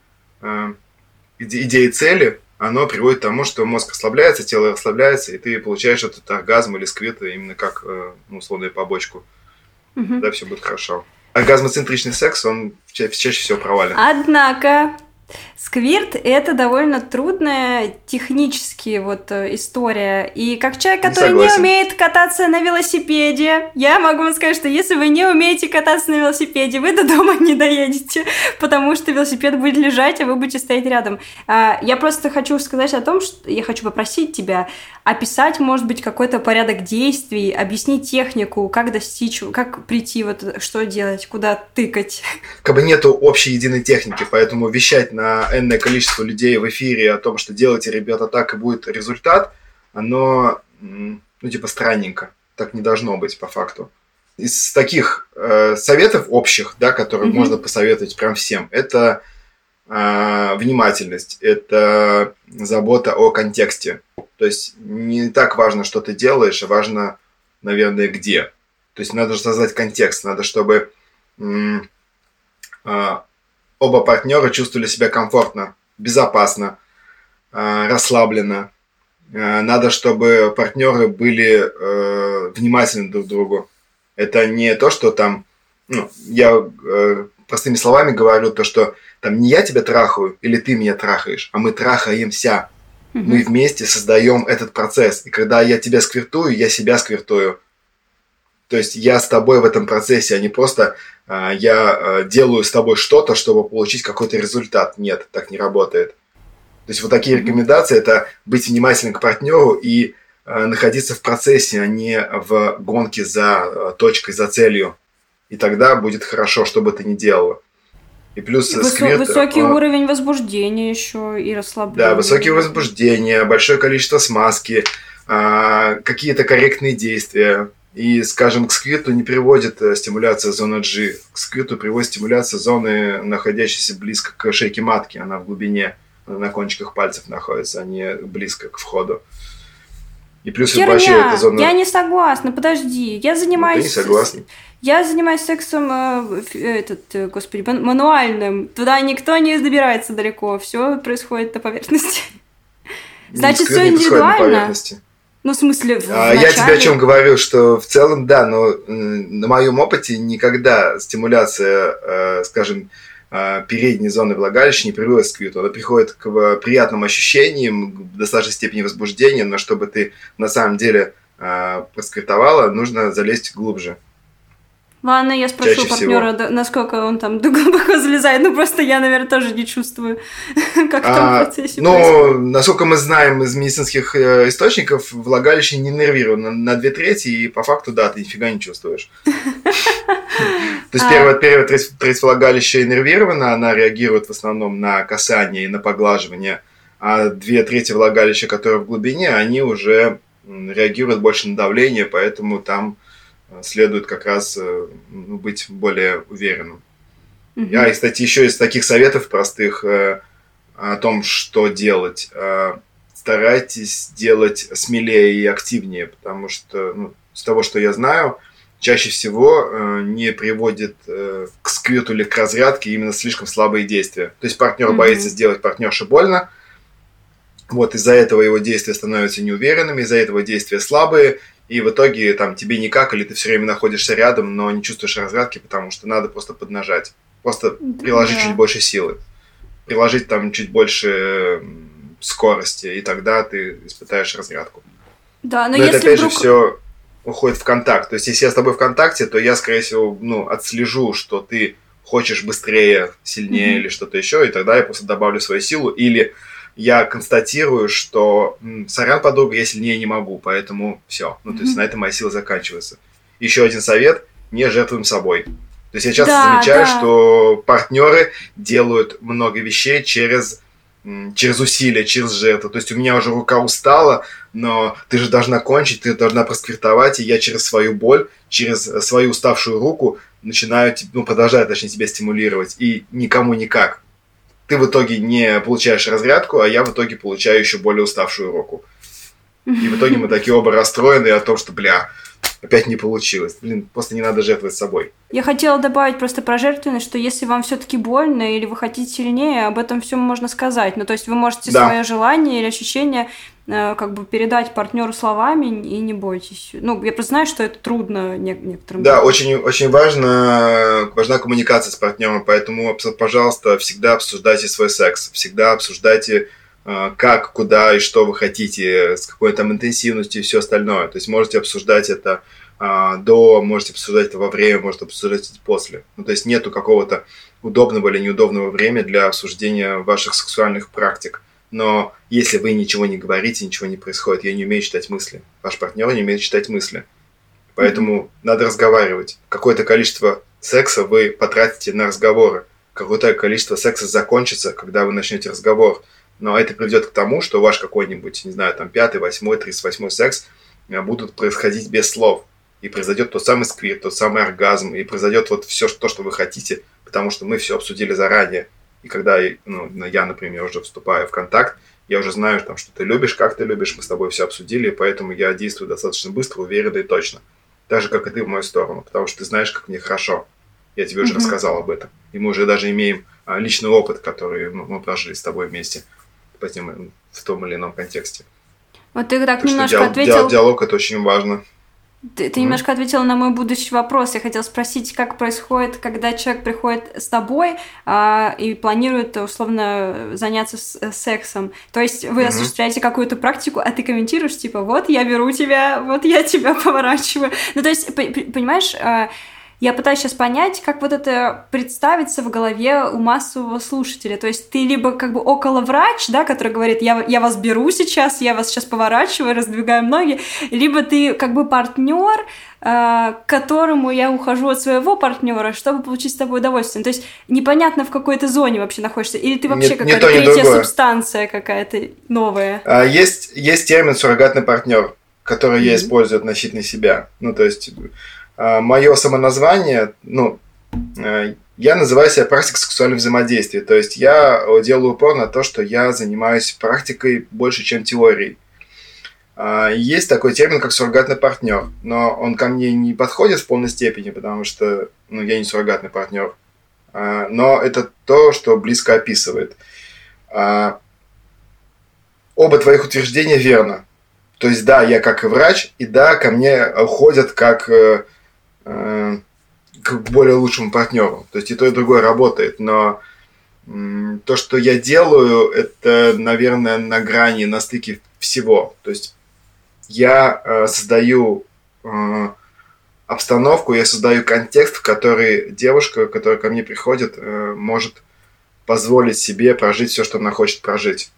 цели, оно приводит к тому, что мозг расслабляется, тело расслабляется, и ты получаешь этот оргазм или сквирт именно как условную побочку. Да, все будет хорошо. Оргазмоцентричный секс, он чаще всего провален. Однако, Сквирт – это довольно трудная технически история. И как человек, который не умеет кататься на велосипеде, я могу вам сказать, что если вы не умеете кататься на велосипеде, вы до дома не доедете, потому что велосипед будет лежать, а вы будете стоять рядом. Я просто хочу сказать о том, что я хочу попросить тебя описать, может быть, какой-то порядок действий, объяснить технику, как достичь, как прийти, что делать, куда тыкать. Как бы нету общей единой техники, поэтому вещать на энное количество людей в эфире о том, что делайте, ребята, так и будет результат, оно, странненько. Так не должно быть по факту. Из таких советов общих, да, которые можно посоветовать прям всем, это внимательность, это забота о контексте. То есть не так важно, что ты делаешь, а важно, наверное, где. То есть надо создать контекст, надо, чтобы оба партнера чувствовали себя комфортно, безопасно, расслабленно. Надо, чтобы партнеры были внимательны друг к другу. Это не то, что там... я простыми словами говорю то, что там не я тебя трахаю или ты меня трахаешь, а мы трахаемся. Мы вместе создаем этот процесс. И когда я тебя сквиртую, я себя сквиртую. То есть я с тобой в этом процессе, а не просто я делаю с тобой что-то, чтобы получить какой-то результат. Нет, так не работает. То есть вот такие рекомендации – это быть внимательным к партнеру и находиться в процессе, а не в гонке за точкой, за целью. И тогда будет хорошо, что бы ты ни делала. И плюс сквирт, высокий уровень возбуждения еще и расслабления. Да, высокое возбуждение, большое количество смазки, какие-то корректные действия. И, скажем, к сквирту не приводит стимуляция зоны G. К сквирту приводит стимуляция зоны, находящейся близко к шейке матки. Она в глубине, на кончиках пальцев находится, а не близко к входу. И плюс вообще эта зона... Я не согласна, подожди. Я занимаюсь... Ты не согласна? Я занимаюсь сексом мануальным. Туда никто не добирается далеко. Все происходит на поверхности. Значит, все индивидуально. Ну, в смысле, я тебе о чем говорю, что в целом, да, но на моем опыте никогда стимуляция, скажем, передней зоны влагалища не приводит к сквирту. Она приходит к приятным ощущениям, к достаточной степени возбуждения, но чтобы ты на самом деле просквиртовала, нужно залезть глубже. Ладно, я спрошу партнера, насколько он там глубоко залезает. Ну, просто я, наверное, тоже не чувствую, как в том процессе происходит. Насколько мы знаем из медицинских источников, влагалище не нервировано на 2/3, и по факту, да, ты нифига не чувствуешь. То есть первая треть влагалища иннервирована, она реагирует в основном на касание и на поглаживание, а 2/3 влагалища, которые в глубине, они уже реагируют больше на давление, поэтому там следует как раз быть более уверенным. Я, кстати, еще из таких советов простых о том, что делать. Старайтесь делать смелее и активнее, потому что, с того, что я знаю, чаще всего не приводит к сквирту или к разрядке именно слишком слабые действия. То есть партнер боится сделать партнерше больно, вот из-за этого его действия становятся неуверенными, из-за этого действия слабые, и в итоге там тебе никак, или ты все время находишься рядом, но не чувствуешь разрядки, потому что надо просто поднажать. Просто приложить чуть больше силы. Приложить там чуть больше скорости, и тогда ты испытаешь разрядку. Да, но это опять же все уходит в контакт. То есть если я с тобой в контакте, то я, скорее всего, отслежу, что ты хочешь быстрее, сильнее или что-то еще, и тогда я просто добавлю свою силу. Или я констатирую, что сорян, подруга, я сильнее не могу, поэтому все. То есть на этом моя сила заканчивается. Еще один совет – не жертвуем собой. То есть я часто замечаю, что партнеры делают много вещей через усилия, через жертву. То есть у меня уже рука устала, но ты же должна кончить, ты должна просквиртовать, и я через свою боль, через свою уставшую руку начинаю, продолжаю, точнее, тебя стимулировать. И никому никак. Ты в итоге не получаешь разрядку, а я в итоге получаю еще более уставшую руку. И в итоге мы такие оба расстроены о том, что, опять не получилось. Блин, просто не надо жертвовать собой. Я хотела добавить просто про жертвенность, что если вам все-таки больно или вы хотите сильнее, об этом всем можно сказать. Ну, то есть вы можете свое желание или ощущение как бы передать партнеру словами и не бойтесь. Ну, я просто знаю, что это трудно некоторым. Да, очень важна коммуникация с партнером, поэтому, пожалуйста, всегда обсуждайте свой секс, всегда обсуждайте, как, куда и что вы хотите, с какой там интенсивностью и все остальное. То есть можете обсуждать это до, можете обсуждать это во время, можете обсуждать это после. Ну, то есть нету какого-то удобного или неудобного времени для обсуждения ваших сексуальных практик. Но если вы ничего не говорите, ничего не происходит, я не умею читать мысли. Ваш партнер не умеет читать мысли. Поэтому надо разговаривать. Какое-то количество секса вы потратите на разговоры. Какое-то количество секса закончится, когда вы начнете разговор. Но это приведет к тому, что ваш какой-нибудь, не знаю, там 5-й, 8-й, 38-й секс будут происходить без слов. И произойдет тот самый сквирт, тот самый оргазм, и произойдет вот все то, что вы хотите, потому что мы все обсудили заранее. И когда я, например, уже вступаю в контакт, я уже знаю, там, что ты любишь, как ты любишь, мы с тобой все обсудили, поэтому я действую достаточно быстро, уверенно и точно. Так же, как и ты в мою сторону, потому что ты знаешь, как мне хорошо. Я тебе уже рассказал об этом. И мы уже даже имеем личный опыт, который мы прожили с тобой вместе в том или ином контексте. Вот ты так немножко ответил... Диалог – это очень важно. Ты немножко ответила на мой будущий вопрос. Я хотела спросить, как происходит, когда человек приходит с тобой и планирует, условно, заняться сексом. То есть вы осуществляете какую-то практику, а ты комментируешь, типа, вот я беру тебя, вот я тебя поворачиваю. Ну, то есть, понимаешь... Я пытаюсь сейчас понять, как вот это представится в голове у массового слушателя. То есть ты либо как бы околоврач, да, который говорит, я вас беру сейчас, я вас сейчас поворачиваю, раздвигаю ноги, либо ты как бы партнер, к которому я ухожу от своего партнера, чтобы получить с тобой удовольствие. То есть непонятно, в какой ты зоне вообще находишься, или ты вообще какая-то третья субстанция какая-то новая. Есть термин суррогатный партнер, который я использую относительно себя. Ну, то есть... Мое самоназвание, я называю себя практикой сексуального взаимодействия. То есть я делаю упор на то, что я занимаюсь практикой больше, чем теорией. Есть такой термин, как суррогатный партнер, но он ко мне не подходит в полной степени, потому что я не суррогатный партнер. Но это то, что близко описывает. Оба твоих утверждения верно. То есть да, я как врач, и да, ко мне уходят как к более лучшему партнеру. То есть и то, и другое работает. Но то, что я делаю, это, наверное, на грани, на стыке всего. То есть я создаю обстановку, я создаю контекст, в который девушка, которая ко мне приходит, может позволить себе прожить все, что она хочет прожить.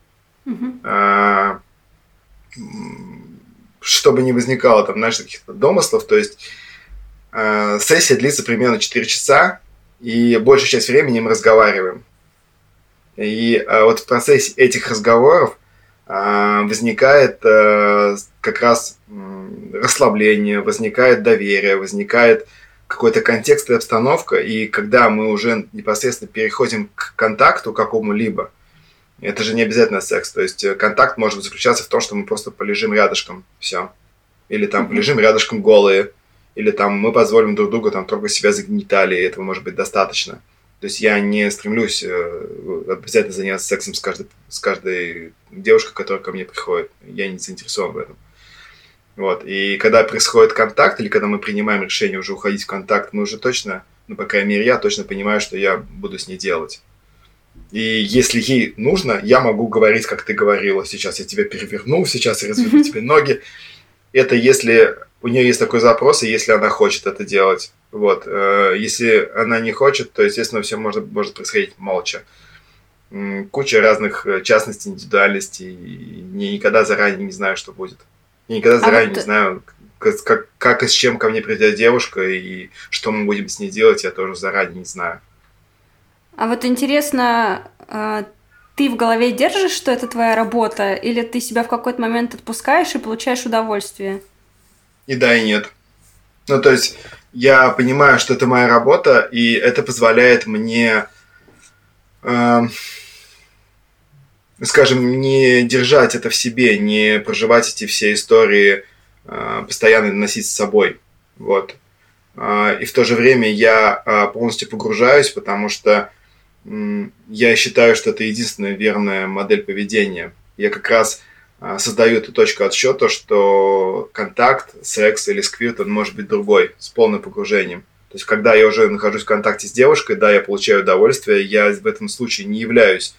Чтобы не возникало там, знаешь, каких-то домыслов. То есть сессия длится примерно 4 часа, и большую часть времени мы разговариваем. И вот в процессе этих разговоров возникает как раз расслабление, возникает доверие, возникает какой-то контекст и обстановка. И когда мы уже непосредственно переходим к контакту какому-либо, это же не обязательно секс. То есть контакт может заключаться в том, что мы просто полежим рядышком, все. Или там полежим рядышком голые. Или там мы позволим друг другу там трогать себя за гениталии, этого может быть достаточно. То есть я не стремлюсь обязательно заняться сексом с каждой девушкой, которая ко мне приходит. Я не заинтересован в этом. Вот. И когда происходит контакт, или когда мы принимаем решение уже уходить в контакт, мы уже точно, по крайней мере, я точно понимаю, что я буду с ней делать. И если ей нужно, я могу говорить, как ты говорила. Сейчас я тебя переверну, сейчас я разведу тебе ноги. Это если у нее есть такой запрос, и если она хочет это делать. Вот. Если она не хочет, то, естественно, все может происходить молча. Куча разных частностей, индивидуальностей. Я никогда заранее не знаю, что будет. Я никогда заранее не знаю, как и с чем ко мне придет девушка, и что мы будем с ней делать, я тоже заранее не знаю. А вот интересно, ты в голове держишь, что это твоя работа, или ты себя в какой-то момент отпускаешь и получаешь удовольствие? И да, и нет. То есть я понимаю, что это моя работа, и это позволяет мне, скажем, не держать это в себе, не проживать эти все истории постоянно носить с собой. Вот. И в то же время я полностью погружаюсь, потому что я считаю, что это единственная верная модель поведения. Я как раз создаю эту точку отсчета, что контакт, секс или сквирт, он может быть другой, с полным погружением. То есть, когда я уже нахожусь в контакте с девушкой, да, я получаю удовольствие, я в этом случае не являюсь,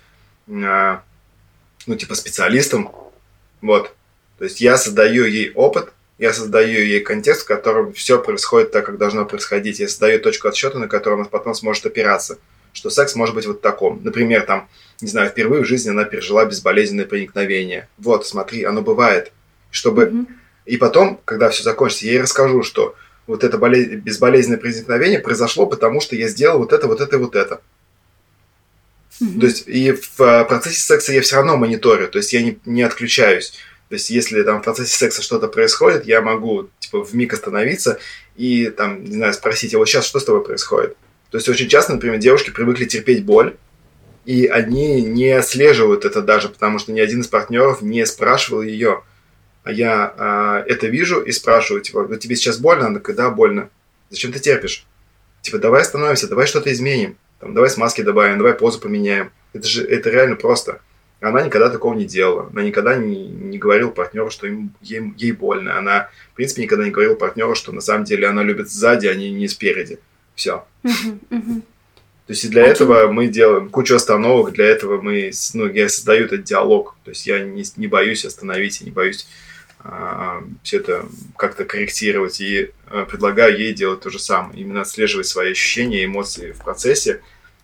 специалистом. Вот. То есть, я создаю ей опыт, я создаю ей контекст, в котором все происходит так, как должно происходить. Я создаю точку отсчета, на которую она потом сможет опираться. Что секс может быть вот таком. Например, там, не знаю, впервые в жизни она пережила безболезненное проникновение. Вот, смотри, оно бывает. Чтобы... И потом, когда все закончится, я ей расскажу, что вот это безболезненное проникновение произошло, потому что я сделал вот это, вот это и вот это. То есть, и в процессе секса я все равно мониторю, то есть я не отключаюсь. То есть, если там в процессе секса что-то происходит, я могу, вмиг остановиться и, там, не знаю, спросить, а вот сейчас что с тобой происходит? То есть, очень часто, например, девушки привыкли терпеть боль, и они не отслеживают это даже, потому что ни один из партнеров не спрашивал ее. А я это вижу и спрашиваю, тебе сейчас больно? Она такая, да, больно. Зачем ты терпишь? Давай остановимся, давай что-то изменим. Давай смазки добавим, давай позу поменяем. Это реально просто. Она никогда такого не делала. Она никогда не говорила партнеру, что ей больно. Она, в принципе, никогда не говорила партнеру, что на самом деле она любит сзади, а не спереди. Все. То есть и для этого мы делаем кучу остановок, для этого я создаю этот диалог. То есть я не боюсь остановить, не боюсь все это как-то корректировать и предлагаю ей делать то же самое. Именно отслеживать свои ощущения, эмоции в процессе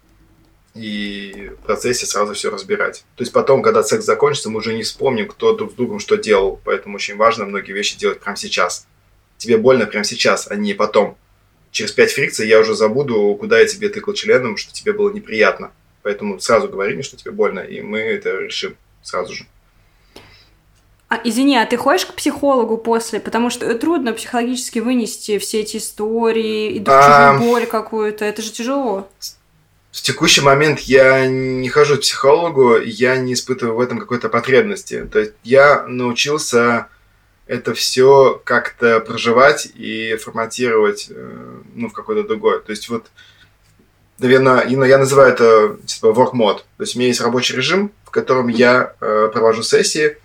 и в процессе сразу все разбирать. То есть потом, когда секс закончится, мы уже не вспомним, кто друг с другом что делал. Поэтому очень важно многие вещи делать прямо сейчас. Тебе больно прямо сейчас, а не потом. Через 5 фрикций я уже забуду, куда я тебе тыкал членом, что тебе было неприятно. Поэтому сразу говори мне, что тебе больно, и мы это решим сразу же. Извини, а ты ходишь к психологу после? Потому что трудно психологически вынести все эти истории, и чужую боль какую-то. Это же тяжело. В текущий момент я не хожу к психологу, я не испытываю в этом какой-то потребности. То есть я научился это все как-то проживать и форматировать в какой-то другой. То есть вот, наверное, я называю это work mode. То есть у меня есть рабочий режим, в котором я провожу сессии,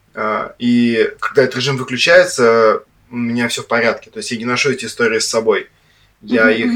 и когда этот режим выключается, у меня все в порядке. То есть я не ношу эти истории с собой. Я их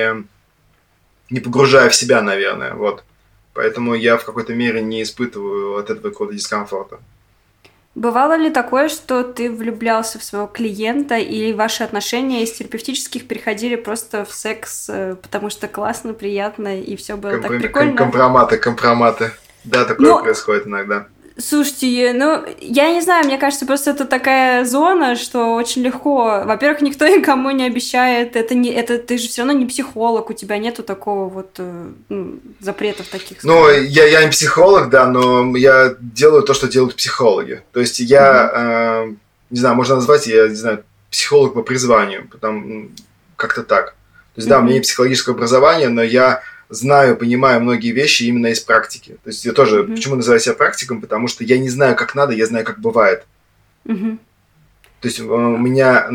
не погружаю в себя, наверное. Вот. Поэтому я в какой-то мере не испытываю от этого какого-то дискомфорта. Бывало ли такое, что ты влюблялся в своего клиента, и ваши отношения из терапевтических переходили просто в секс, потому что классно, приятно, и все было так прикольно? Компроматы. Да, такое происходит иногда. Слушайте, я не знаю, мне кажется, просто это такая зона, что очень легко. Во-первых, никто никому не обещает, ты же все равно не психолог, у тебя нету такого вот запретов таких. Я не психолог, да, но я делаю то, что делают психологи. То есть я, не знаю, можно назвать, я не знаю, психолог по призванию, потому как-то так. То есть, да, у меня есть психологическое образование, но я знаю, понимаю многие вещи именно из практики. То есть я тоже, почему называю себя практиком, потому что я не знаю, как надо, я знаю, как бывает. То есть у меня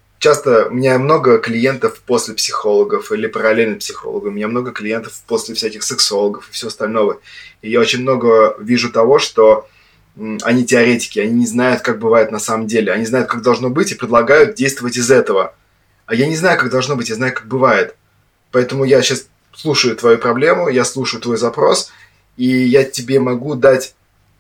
много клиентов после психологов или параллельно психологам, у меня много клиентов после всяких сексологов и всего остального. И я очень много вижу того, что они теоретики, они не знают, как бывает на самом деле. Они знают, как должно быть, и предлагают действовать из этого. А я не знаю, как должно быть, я знаю, как бывает. Поэтому я сейчас слушаю твою проблему, я слушаю твой запрос, и я тебе могу дать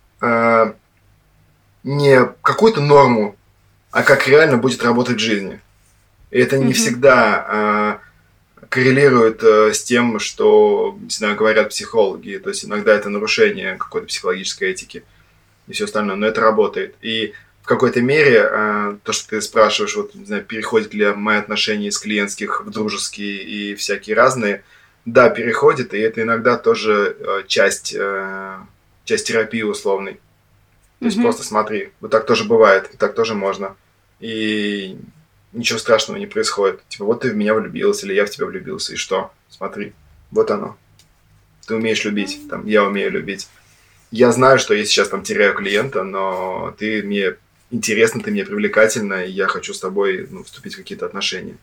не какую-то норму, а как реально будет работать в жизни. И это не всегда коррелирует с тем, что, не знаю, говорят психологи. То есть иногда это нарушение какой-то психологической этики и все остальное, но это работает. И в какой-то мере то, что ты спрашиваешь, вот, не знаю, переходят ли мои отношения из клиентских в дружеские и всякие разные, да, переходит, и это иногда тоже часть терапии условной. То есть просто смотри, вот так тоже бывает, и так тоже можно. И ничего страшного не происходит. Вот ты в меня влюбился, или я в тебя влюбился, и что? Смотри, вот оно. Ты умеешь любить, я умею любить. Я знаю, что я сейчас теряю клиента, но ты мне интересна, ты мне привлекательна, и я хочу с тобой вступить в какие-то отношения.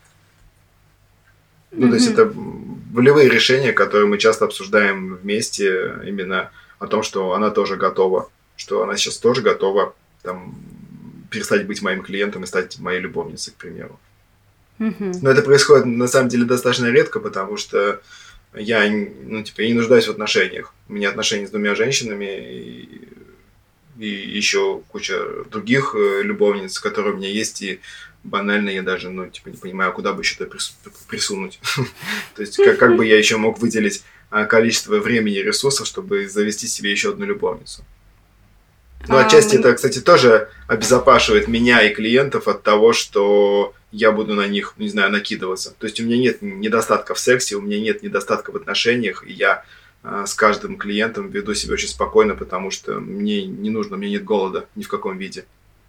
То есть это волевые решения, которые мы часто обсуждаем вместе, именно о том, что она тоже готова, что она сейчас тоже готова там, перестать быть моим клиентом и стать моей любовницей, к примеру. Но это происходит на самом деле достаточно редко, потому что я не нуждаюсь в отношениях. У меня отношения с 2 женщинами и еще куча других любовниц, которые у меня есть, и банально я даже не понимаю, куда бы еще это присунуть. То есть как бы я еще мог выделить количество времени и ресурсов, чтобы завести себе еще одну любовницу. Но отчасти это, кстати, тоже обезопашивает меня и клиентов от того, что я буду на них, накидываться. То есть у меня нет недостатка в сексе, у меня нет недостатка в отношениях, и я с каждым клиентом веду себя очень спокойно, потому что мне не нужно, у меня нет голода ни в каком виде.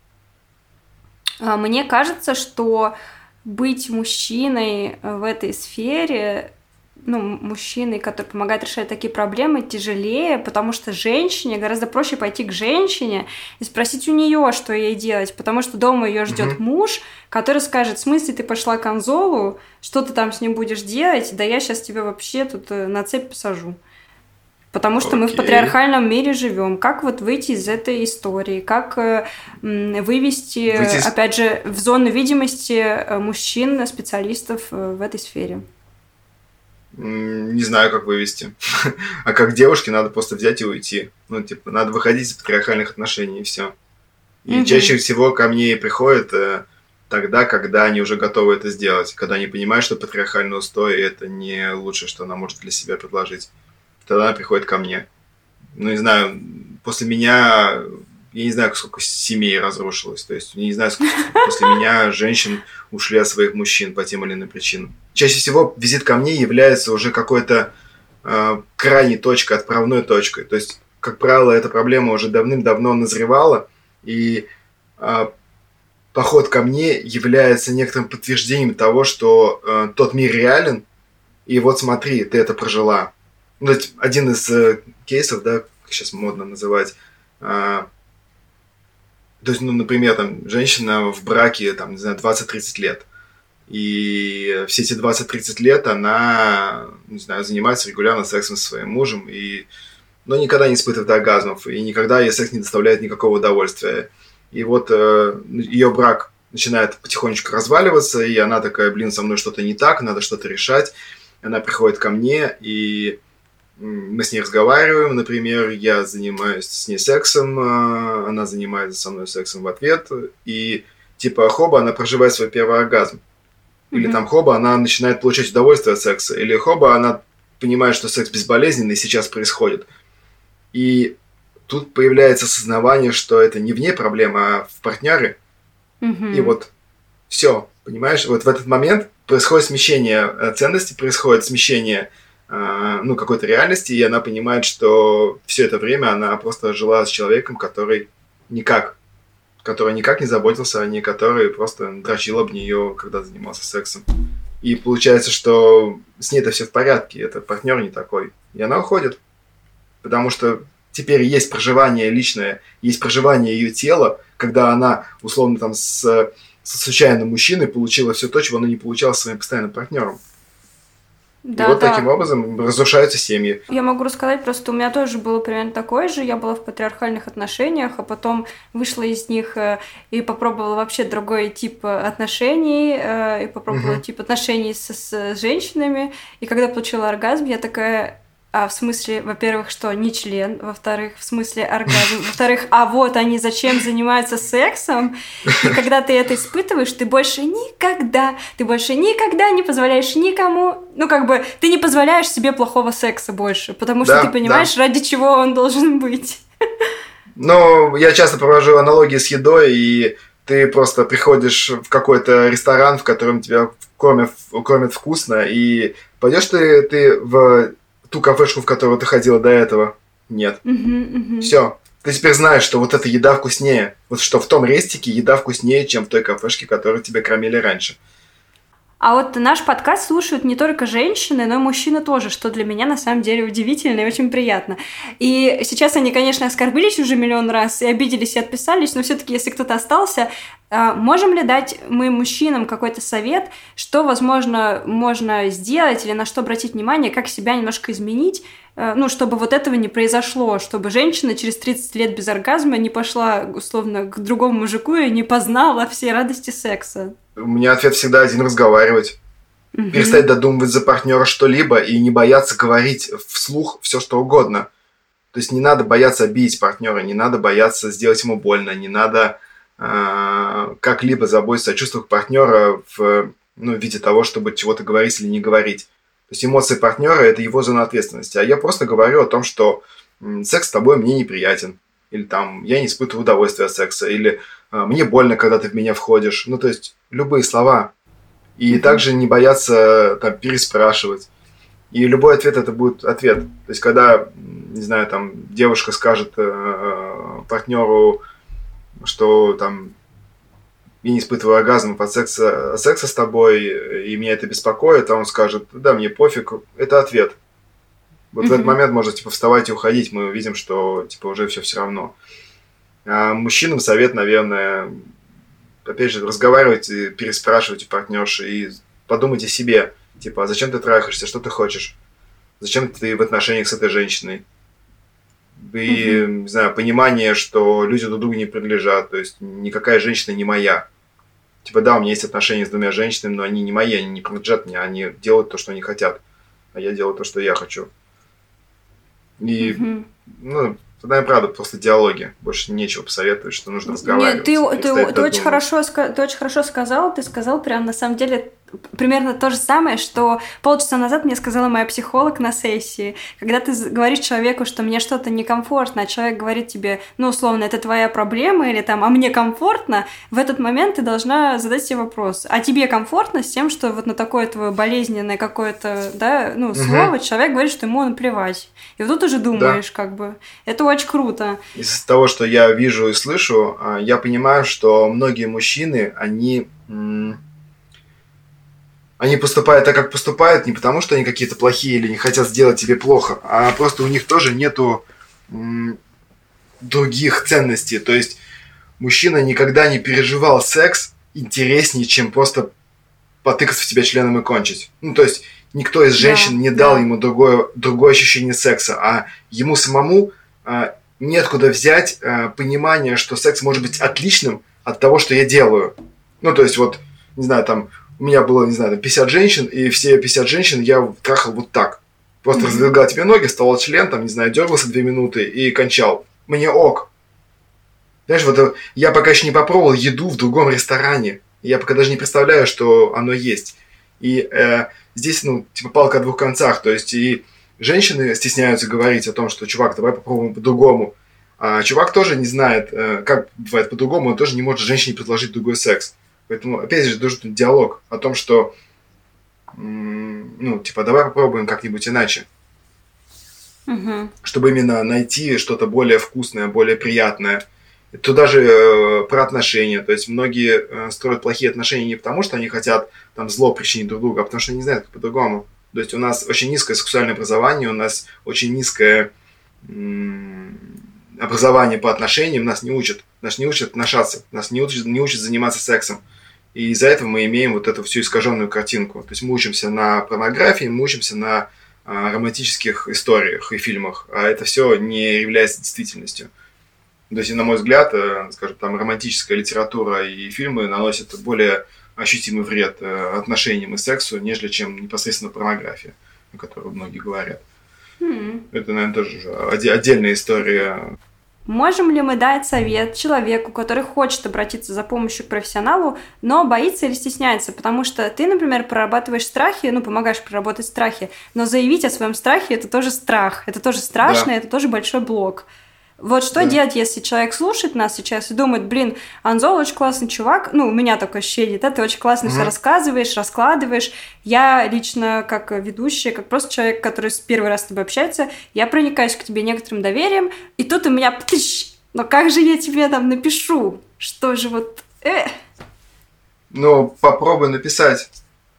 Мне кажется, что быть мужчиной в этой сфере, мужчиной, который помогает решать такие проблемы, тяжелее, потому что женщине гораздо проще пойти к женщине и спросить у нее, что ей делать, потому что дома ее ждет муж, который скажет: в смысле ты пошла к Анзолу, что ты там с ним будешь делать, да я сейчас тебя вообще тут на цепь посажу. Потому что мы в патриархальном мире живем. Как вот выйти из этой истории? Как вывести, опять же, в зону видимости мужчин, специалистов в этой сфере? Не знаю, как вывести. А как девушке надо просто взять и уйти. Надо выходить из патриархальных отношений, и все. И чаще всего ко мне приходят тогда, когда они уже готовы это сделать. Когда они понимают, что патриархальный устой – это не лучшее, что она может для себя предложить. Тогда она приходит ко мне. Не знаю, после меня, я не знаю, сколько семей разрушилось. То есть, я не знаю, сколько после меня женщин ушли от своих мужчин по тем или иным причинам. Чаще всего визит ко мне является уже какой-то крайней точкой, отправной точкой. То есть, как правило, эта проблема уже давным-давно назревала, и поход ко мне является некоторым подтверждением того, что тот мир реален, и вот смотри, ты это прожила. Один из кейсов, да, как сейчас модно называть, то есть, например, там, женщина в браке, 20-30 лет, и все эти 20-30 лет она, занимается регулярно сексом со своим мужем, но никогда не испытывает оргазмов, и никогда ей секс не доставляет никакого удовольствия. И вот ее брак начинает потихонечку разваливаться, и она такая: со мной что-то не так, надо что-то решать. Она приходит ко мне, и мы с ней разговариваем, например, я занимаюсь с ней сексом, она занимается со мной сексом в ответ, и хоба, она проживает свой первый оргазм. Или хоба, она начинает получать удовольствие от секса, или хоба, она понимает, что секс безболезненный сейчас происходит. И тут появляется осознавание, что это не в ней проблема, а в партнере. И вот все, понимаешь, вот в этот момент происходит смещение ценностей, происходит смещение какой-то реальности, и она понимает, что все это время она просто жила с человеком, который никак не заботился о ней, который просто дрочил об нее, когда занимался сексом. И получается, что с ней-то все в порядке, это партнер не такой. И она уходит. Потому что теперь есть проживание личное, есть проживание ее тела, когда она, условно, со случайным мужчиной получила все то, чего она не получала со своим постоянным партнером. Да, и вот таким образом разрушаются семьи. Я могу рассказать, просто у меня тоже было примерно такое же. Я была в патриархальных отношениях, а потом вышла из них и попробовала вообще другой тип отношений, и попробовала тип отношений с женщинами. И когда получила оргазм, я такая... в смысле, во-первых, что не член, во-вторых, в смысле оргазм, во-вторых, вот они зачем занимаются сексом, и когда ты это испытываешь, ты больше никогда не позволяешь никому, ты не позволяешь себе плохого секса больше, потому что ты понимаешь, ради чего он должен быть. Я часто провожу аналогии с едой, и ты просто приходишь в какой-то ресторан, в котором тебя кормят вкусно, и пойдешь ты в ту кафешку, в которую ты ходила до этого? Нет. Все. Ты теперь знаешь, что вот эта еда вкуснее. Вот что в том рестике еда вкуснее, чем в той кафешке, которую тебя кормили раньше. А вот наш подкаст слушают не только женщины, но и мужчины тоже, что для меня на самом деле удивительно и очень приятно. И сейчас они, конечно, оскорбились уже миллион раз и обиделись и отписались, но все-таки, если кто-то остался, можем ли дать мы мужчинам какой-то совет, что, возможно, можно сделать или на что обратить внимание, как себя немножко изменить, чтобы вот этого не произошло, чтобы женщина через 30 лет без оргазма не пошла, условно, к другому мужику и не познала все радости секса? У меня ответ всегда один: разговаривать. Перестать додумывать за партнера что-либо и не бояться говорить вслух все, что угодно. То есть не надо бояться обидеть партнера, не надо бояться сделать ему больно, не надо как-либо заботиться о чувствах партнера в виде того, чтобы чего-то говорить или не говорить. То есть эмоции партнера – это его зона ответственности. А я просто говорю о том, что секс с тобой мне неприятен. Или там я не испытываю удовольствия от секса. Или мне больно, когда ты в меня входишь. То есть любые слова. И также не бояться переспрашивать. И любой ответ – это будет ответ. То есть когда, не знаю, девушка скажет партнеру, что я не испытываю оргазм от секса с тобой, и меня это беспокоит, а он скажет: да, мне пофиг, это ответ. Вот в этот момент можно вставать и уходить, мы видим, что уже все равно. А мужчинам совет, наверное, опять же, разговаривать и переспрашивать у партнерши, и подумать о себе. А зачем ты трахаешься, что ты хочешь? Зачем ты в отношениях с этой женщиной? И, не знаю, понимание, что люди друг другу не принадлежат, то есть никакая женщина не моя. Да, у меня есть отношения с двумя женщинами, но они не мои, они не принадлежат мне, они делают то, что они хотят, а я делаю то, что я хочу. И, наверное, правда, просто диалоги. Больше нечего посоветовать, что нужно разговаривать. Нет, ты очень хорошо сказал. Ты сказал прям, на самом деле, примерно то же самое, что полчаса назад мне сказала моя психолог на сессии. Когда ты говоришь человеку, что мне что-то некомфортно, а человек говорит тебе, условно, это твоя проблема, или а мне комфортно, в этот момент ты должна задать себе вопрос: а тебе комфортно с тем, что вот на такое твое болезненное какое-то, слово человек говорит, что ему наплевать. И вот тут уже думаешь, это очень круто. Из того, что я вижу и слышу, я понимаю, что многие мужчины, они поступают так, как поступают, не потому, что они какие-то плохие или не хотят сделать тебе плохо, а просто у них тоже нету других ценностей. То есть мужчина никогда не переживал секс интереснее, чем просто потыкаться в тебя членом и кончить. То есть никто из женщин не дал ему другое ощущение секса, а ему самому неоткуда взять понимание, что секс может быть отличным от того, что я делаю. То есть не знаю, у меня было, 50 женщин, и все 50 женщин я трахал вот так. Просто раздвигал тебе ноги, вставал член, дергался 2 минуты и кончал. Мне ок. Знаешь, я пока еще не попробовал еду в другом ресторане. Я пока даже не представляю, что оно есть. И здесь, палка о двух концах. То есть и женщины стесняются говорить о том, что, чувак, давай попробуем по-другому. А чувак тоже не знает, как бывает по-другому, он тоже не может женщине предложить другой секс. Поэтому, опять же, должен диалог о том, что, давай попробуем как-нибудь иначе. Чтобы именно найти что-то более вкусное, более приятное. Туда же про отношения. То есть многие строят плохие отношения не потому, что они хотят зло причинить друг другу, а потому что они не знают, как по-другому. То есть у нас очень низкое сексуальное образование, у нас очень низкое образование по отношениям, нас не учат. Нас не учат отношаться, нас не учат заниматься сексом. И из-за этого мы имеем вот эту всю искаженную картинку. То есть мы учимся на порнографии, мы учимся на романтических историях и фильмах, а это все не является действительностью. То есть, на мой взгляд, скажем, романтическая литература и фильмы наносят более ощутимый вред отношениям и сексу, нежели чем непосредственно порнография, о которой многие говорят. Это, наверное, тоже отдельная история. Можем ли мы дать совет человеку, который хочет обратиться за помощью к профессионалу, но боится или стесняется? Потому что ты, например, прорабатываешь страхи, помогаешь проработать страхи, но заявить о своем страхе – это тоже страх, это тоже страшно, это тоже большой блок. Вот что делать, если человек слушает нас сейчас и думает: Анзол очень классный чувак, у меня такое ощущение, ты очень классно все рассказываешь, раскладываешь. Я лично, как ведущая, как просто человек, который первый раз с тобой общается, я проникаюсь к тебе некоторым доверием, и тут у меня но как же я тебе напишу? Что же попробуй написать.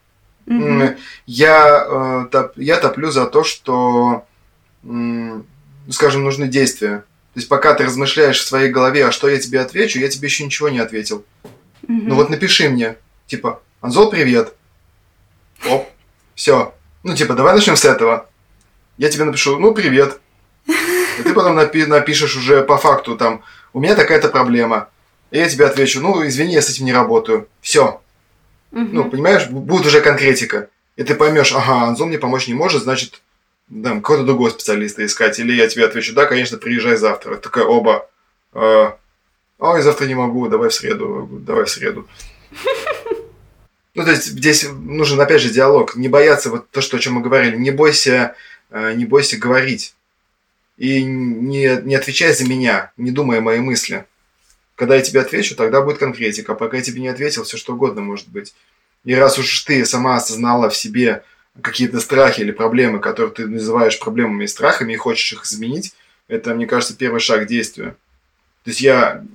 Я топлю за то, что, скажем, нужны действия. То есть пока ты размышляешь в своей голове, а что я тебе отвечу, я тебе еще ничего не ответил. Ну вот напиши мне, типа, Анзол, привет. Оп, все. Ну типа, давай начнем с этого. Я тебе напишу, ну привет. И ты потом напишешь уже по факту, там, у меня такая-то проблема. И я тебе отвечу, ну извини, я с этим не работаю. Все. Ну, понимаешь, будет уже конкретика. И ты поймешь, ага, Анзол мне помочь не может, значит, да, какого-то другого специалиста искать. Или я тебе отвечу, да, конечно, приезжай завтра. Такая, оба. Ой, завтра не могу, давай в среду. Ну, то есть, здесь нужен, опять же, диалог. Не бояться, вот то, о чем мы говорили, не бойся говорить. И не отвечай за меня, не думай о моей мысли. Когда я тебе отвечу, тогда будет конкретика. Пока я тебе не ответил, все что угодно может быть. И раз уж ты сама осознала в себе какие-то страхи или проблемы, которые ты называешь проблемами и страхами, и хочешь их изменить, это, мне кажется, первый шаг к действию. То есть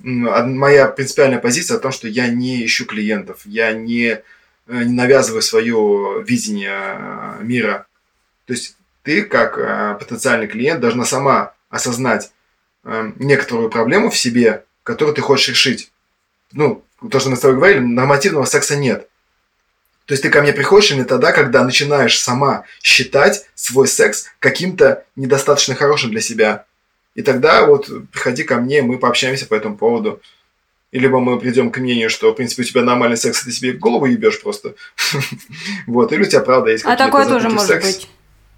моя принципиальная позиция о том, что я не ищу клиентов, я не навязываю свое видение мира. То есть ты, как потенциальный клиент, должна сама осознать некоторую проблему в себе, которую ты хочешь решить. Ну, то, что мы с тобой говорили, нормативного секса нет. То есть ты ко мне приходишь именно тогда, когда начинаешь сама считать свой секс каким-то недостаточно хорошим для себя. И тогда вот приходи ко мне, мы пообщаемся по этому поводу. И либо мы придем к мнению, что, в принципе, у тебя нормальный секс, ты себе в голову ебешь просто. Вот, или у тебя правда есть какие-то такое тоже может быть.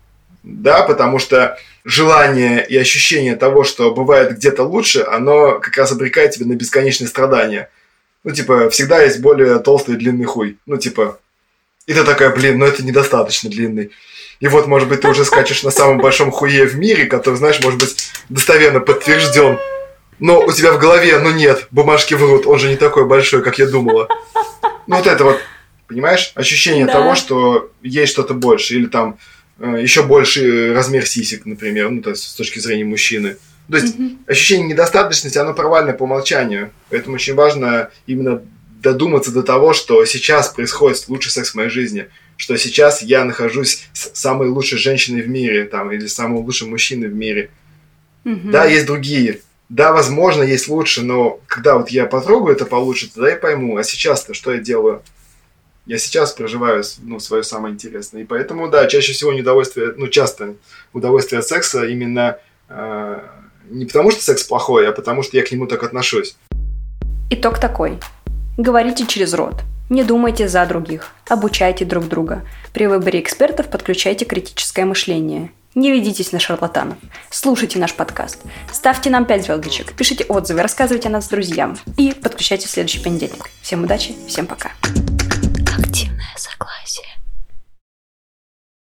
Да, потому что желание и ощущение того, что бывает где-то лучше, оно как раз обрекает тебя на бесконечные страдания. Ну, типа, всегда есть более толстый и длинный хуй. Ну, типа, и ты такая, блин, это недостаточно длинный. И вот, может быть, ты уже скачешь на самом большом хуе в мире, который, знаешь, может быть, достоверно подтвержден. Но у тебя в голове, нет, бумажки врут, он же не такой большой, как я думала. Ну, вот это вот, понимаешь, ощущение того, что есть что-то больше. Или там еще больше размер сисек, например, то есть с точки зрения мужчины. То есть ощущение недостаточности, оно провальное по умолчанию. Поэтому очень важно именно додуматься до того, что сейчас происходит лучший секс в моей жизни, что сейчас я нахожусь с самой лучшей женщиной в мире, там, или самым лучшим мужчиной в мире. Да, есть другие. Да, возможно, есть лучше, но когда вот я потрогаю это получше, тогда я пойму, а сейчас-то что я делаю? Я сейчас проживаю, свое самое интересное. И поэтому, да, чаще всего часто удовольствие от секса именно не потому, что секс плохой, а потому, что я к нему так отношусь. Итог такой. Говорите через рот. Не думайте за других. Обучайте друг друга. При выборе экспертов подключайте критическое мышление. Не ведитесь на шарлатанов. Слушайте наш подкаст. Ставьте нам 5 звездочек. Пишите отзывы, рассказывайте о нас друзьям. И подключайтесь в следующий понедельник. Всем удачи, всем пока.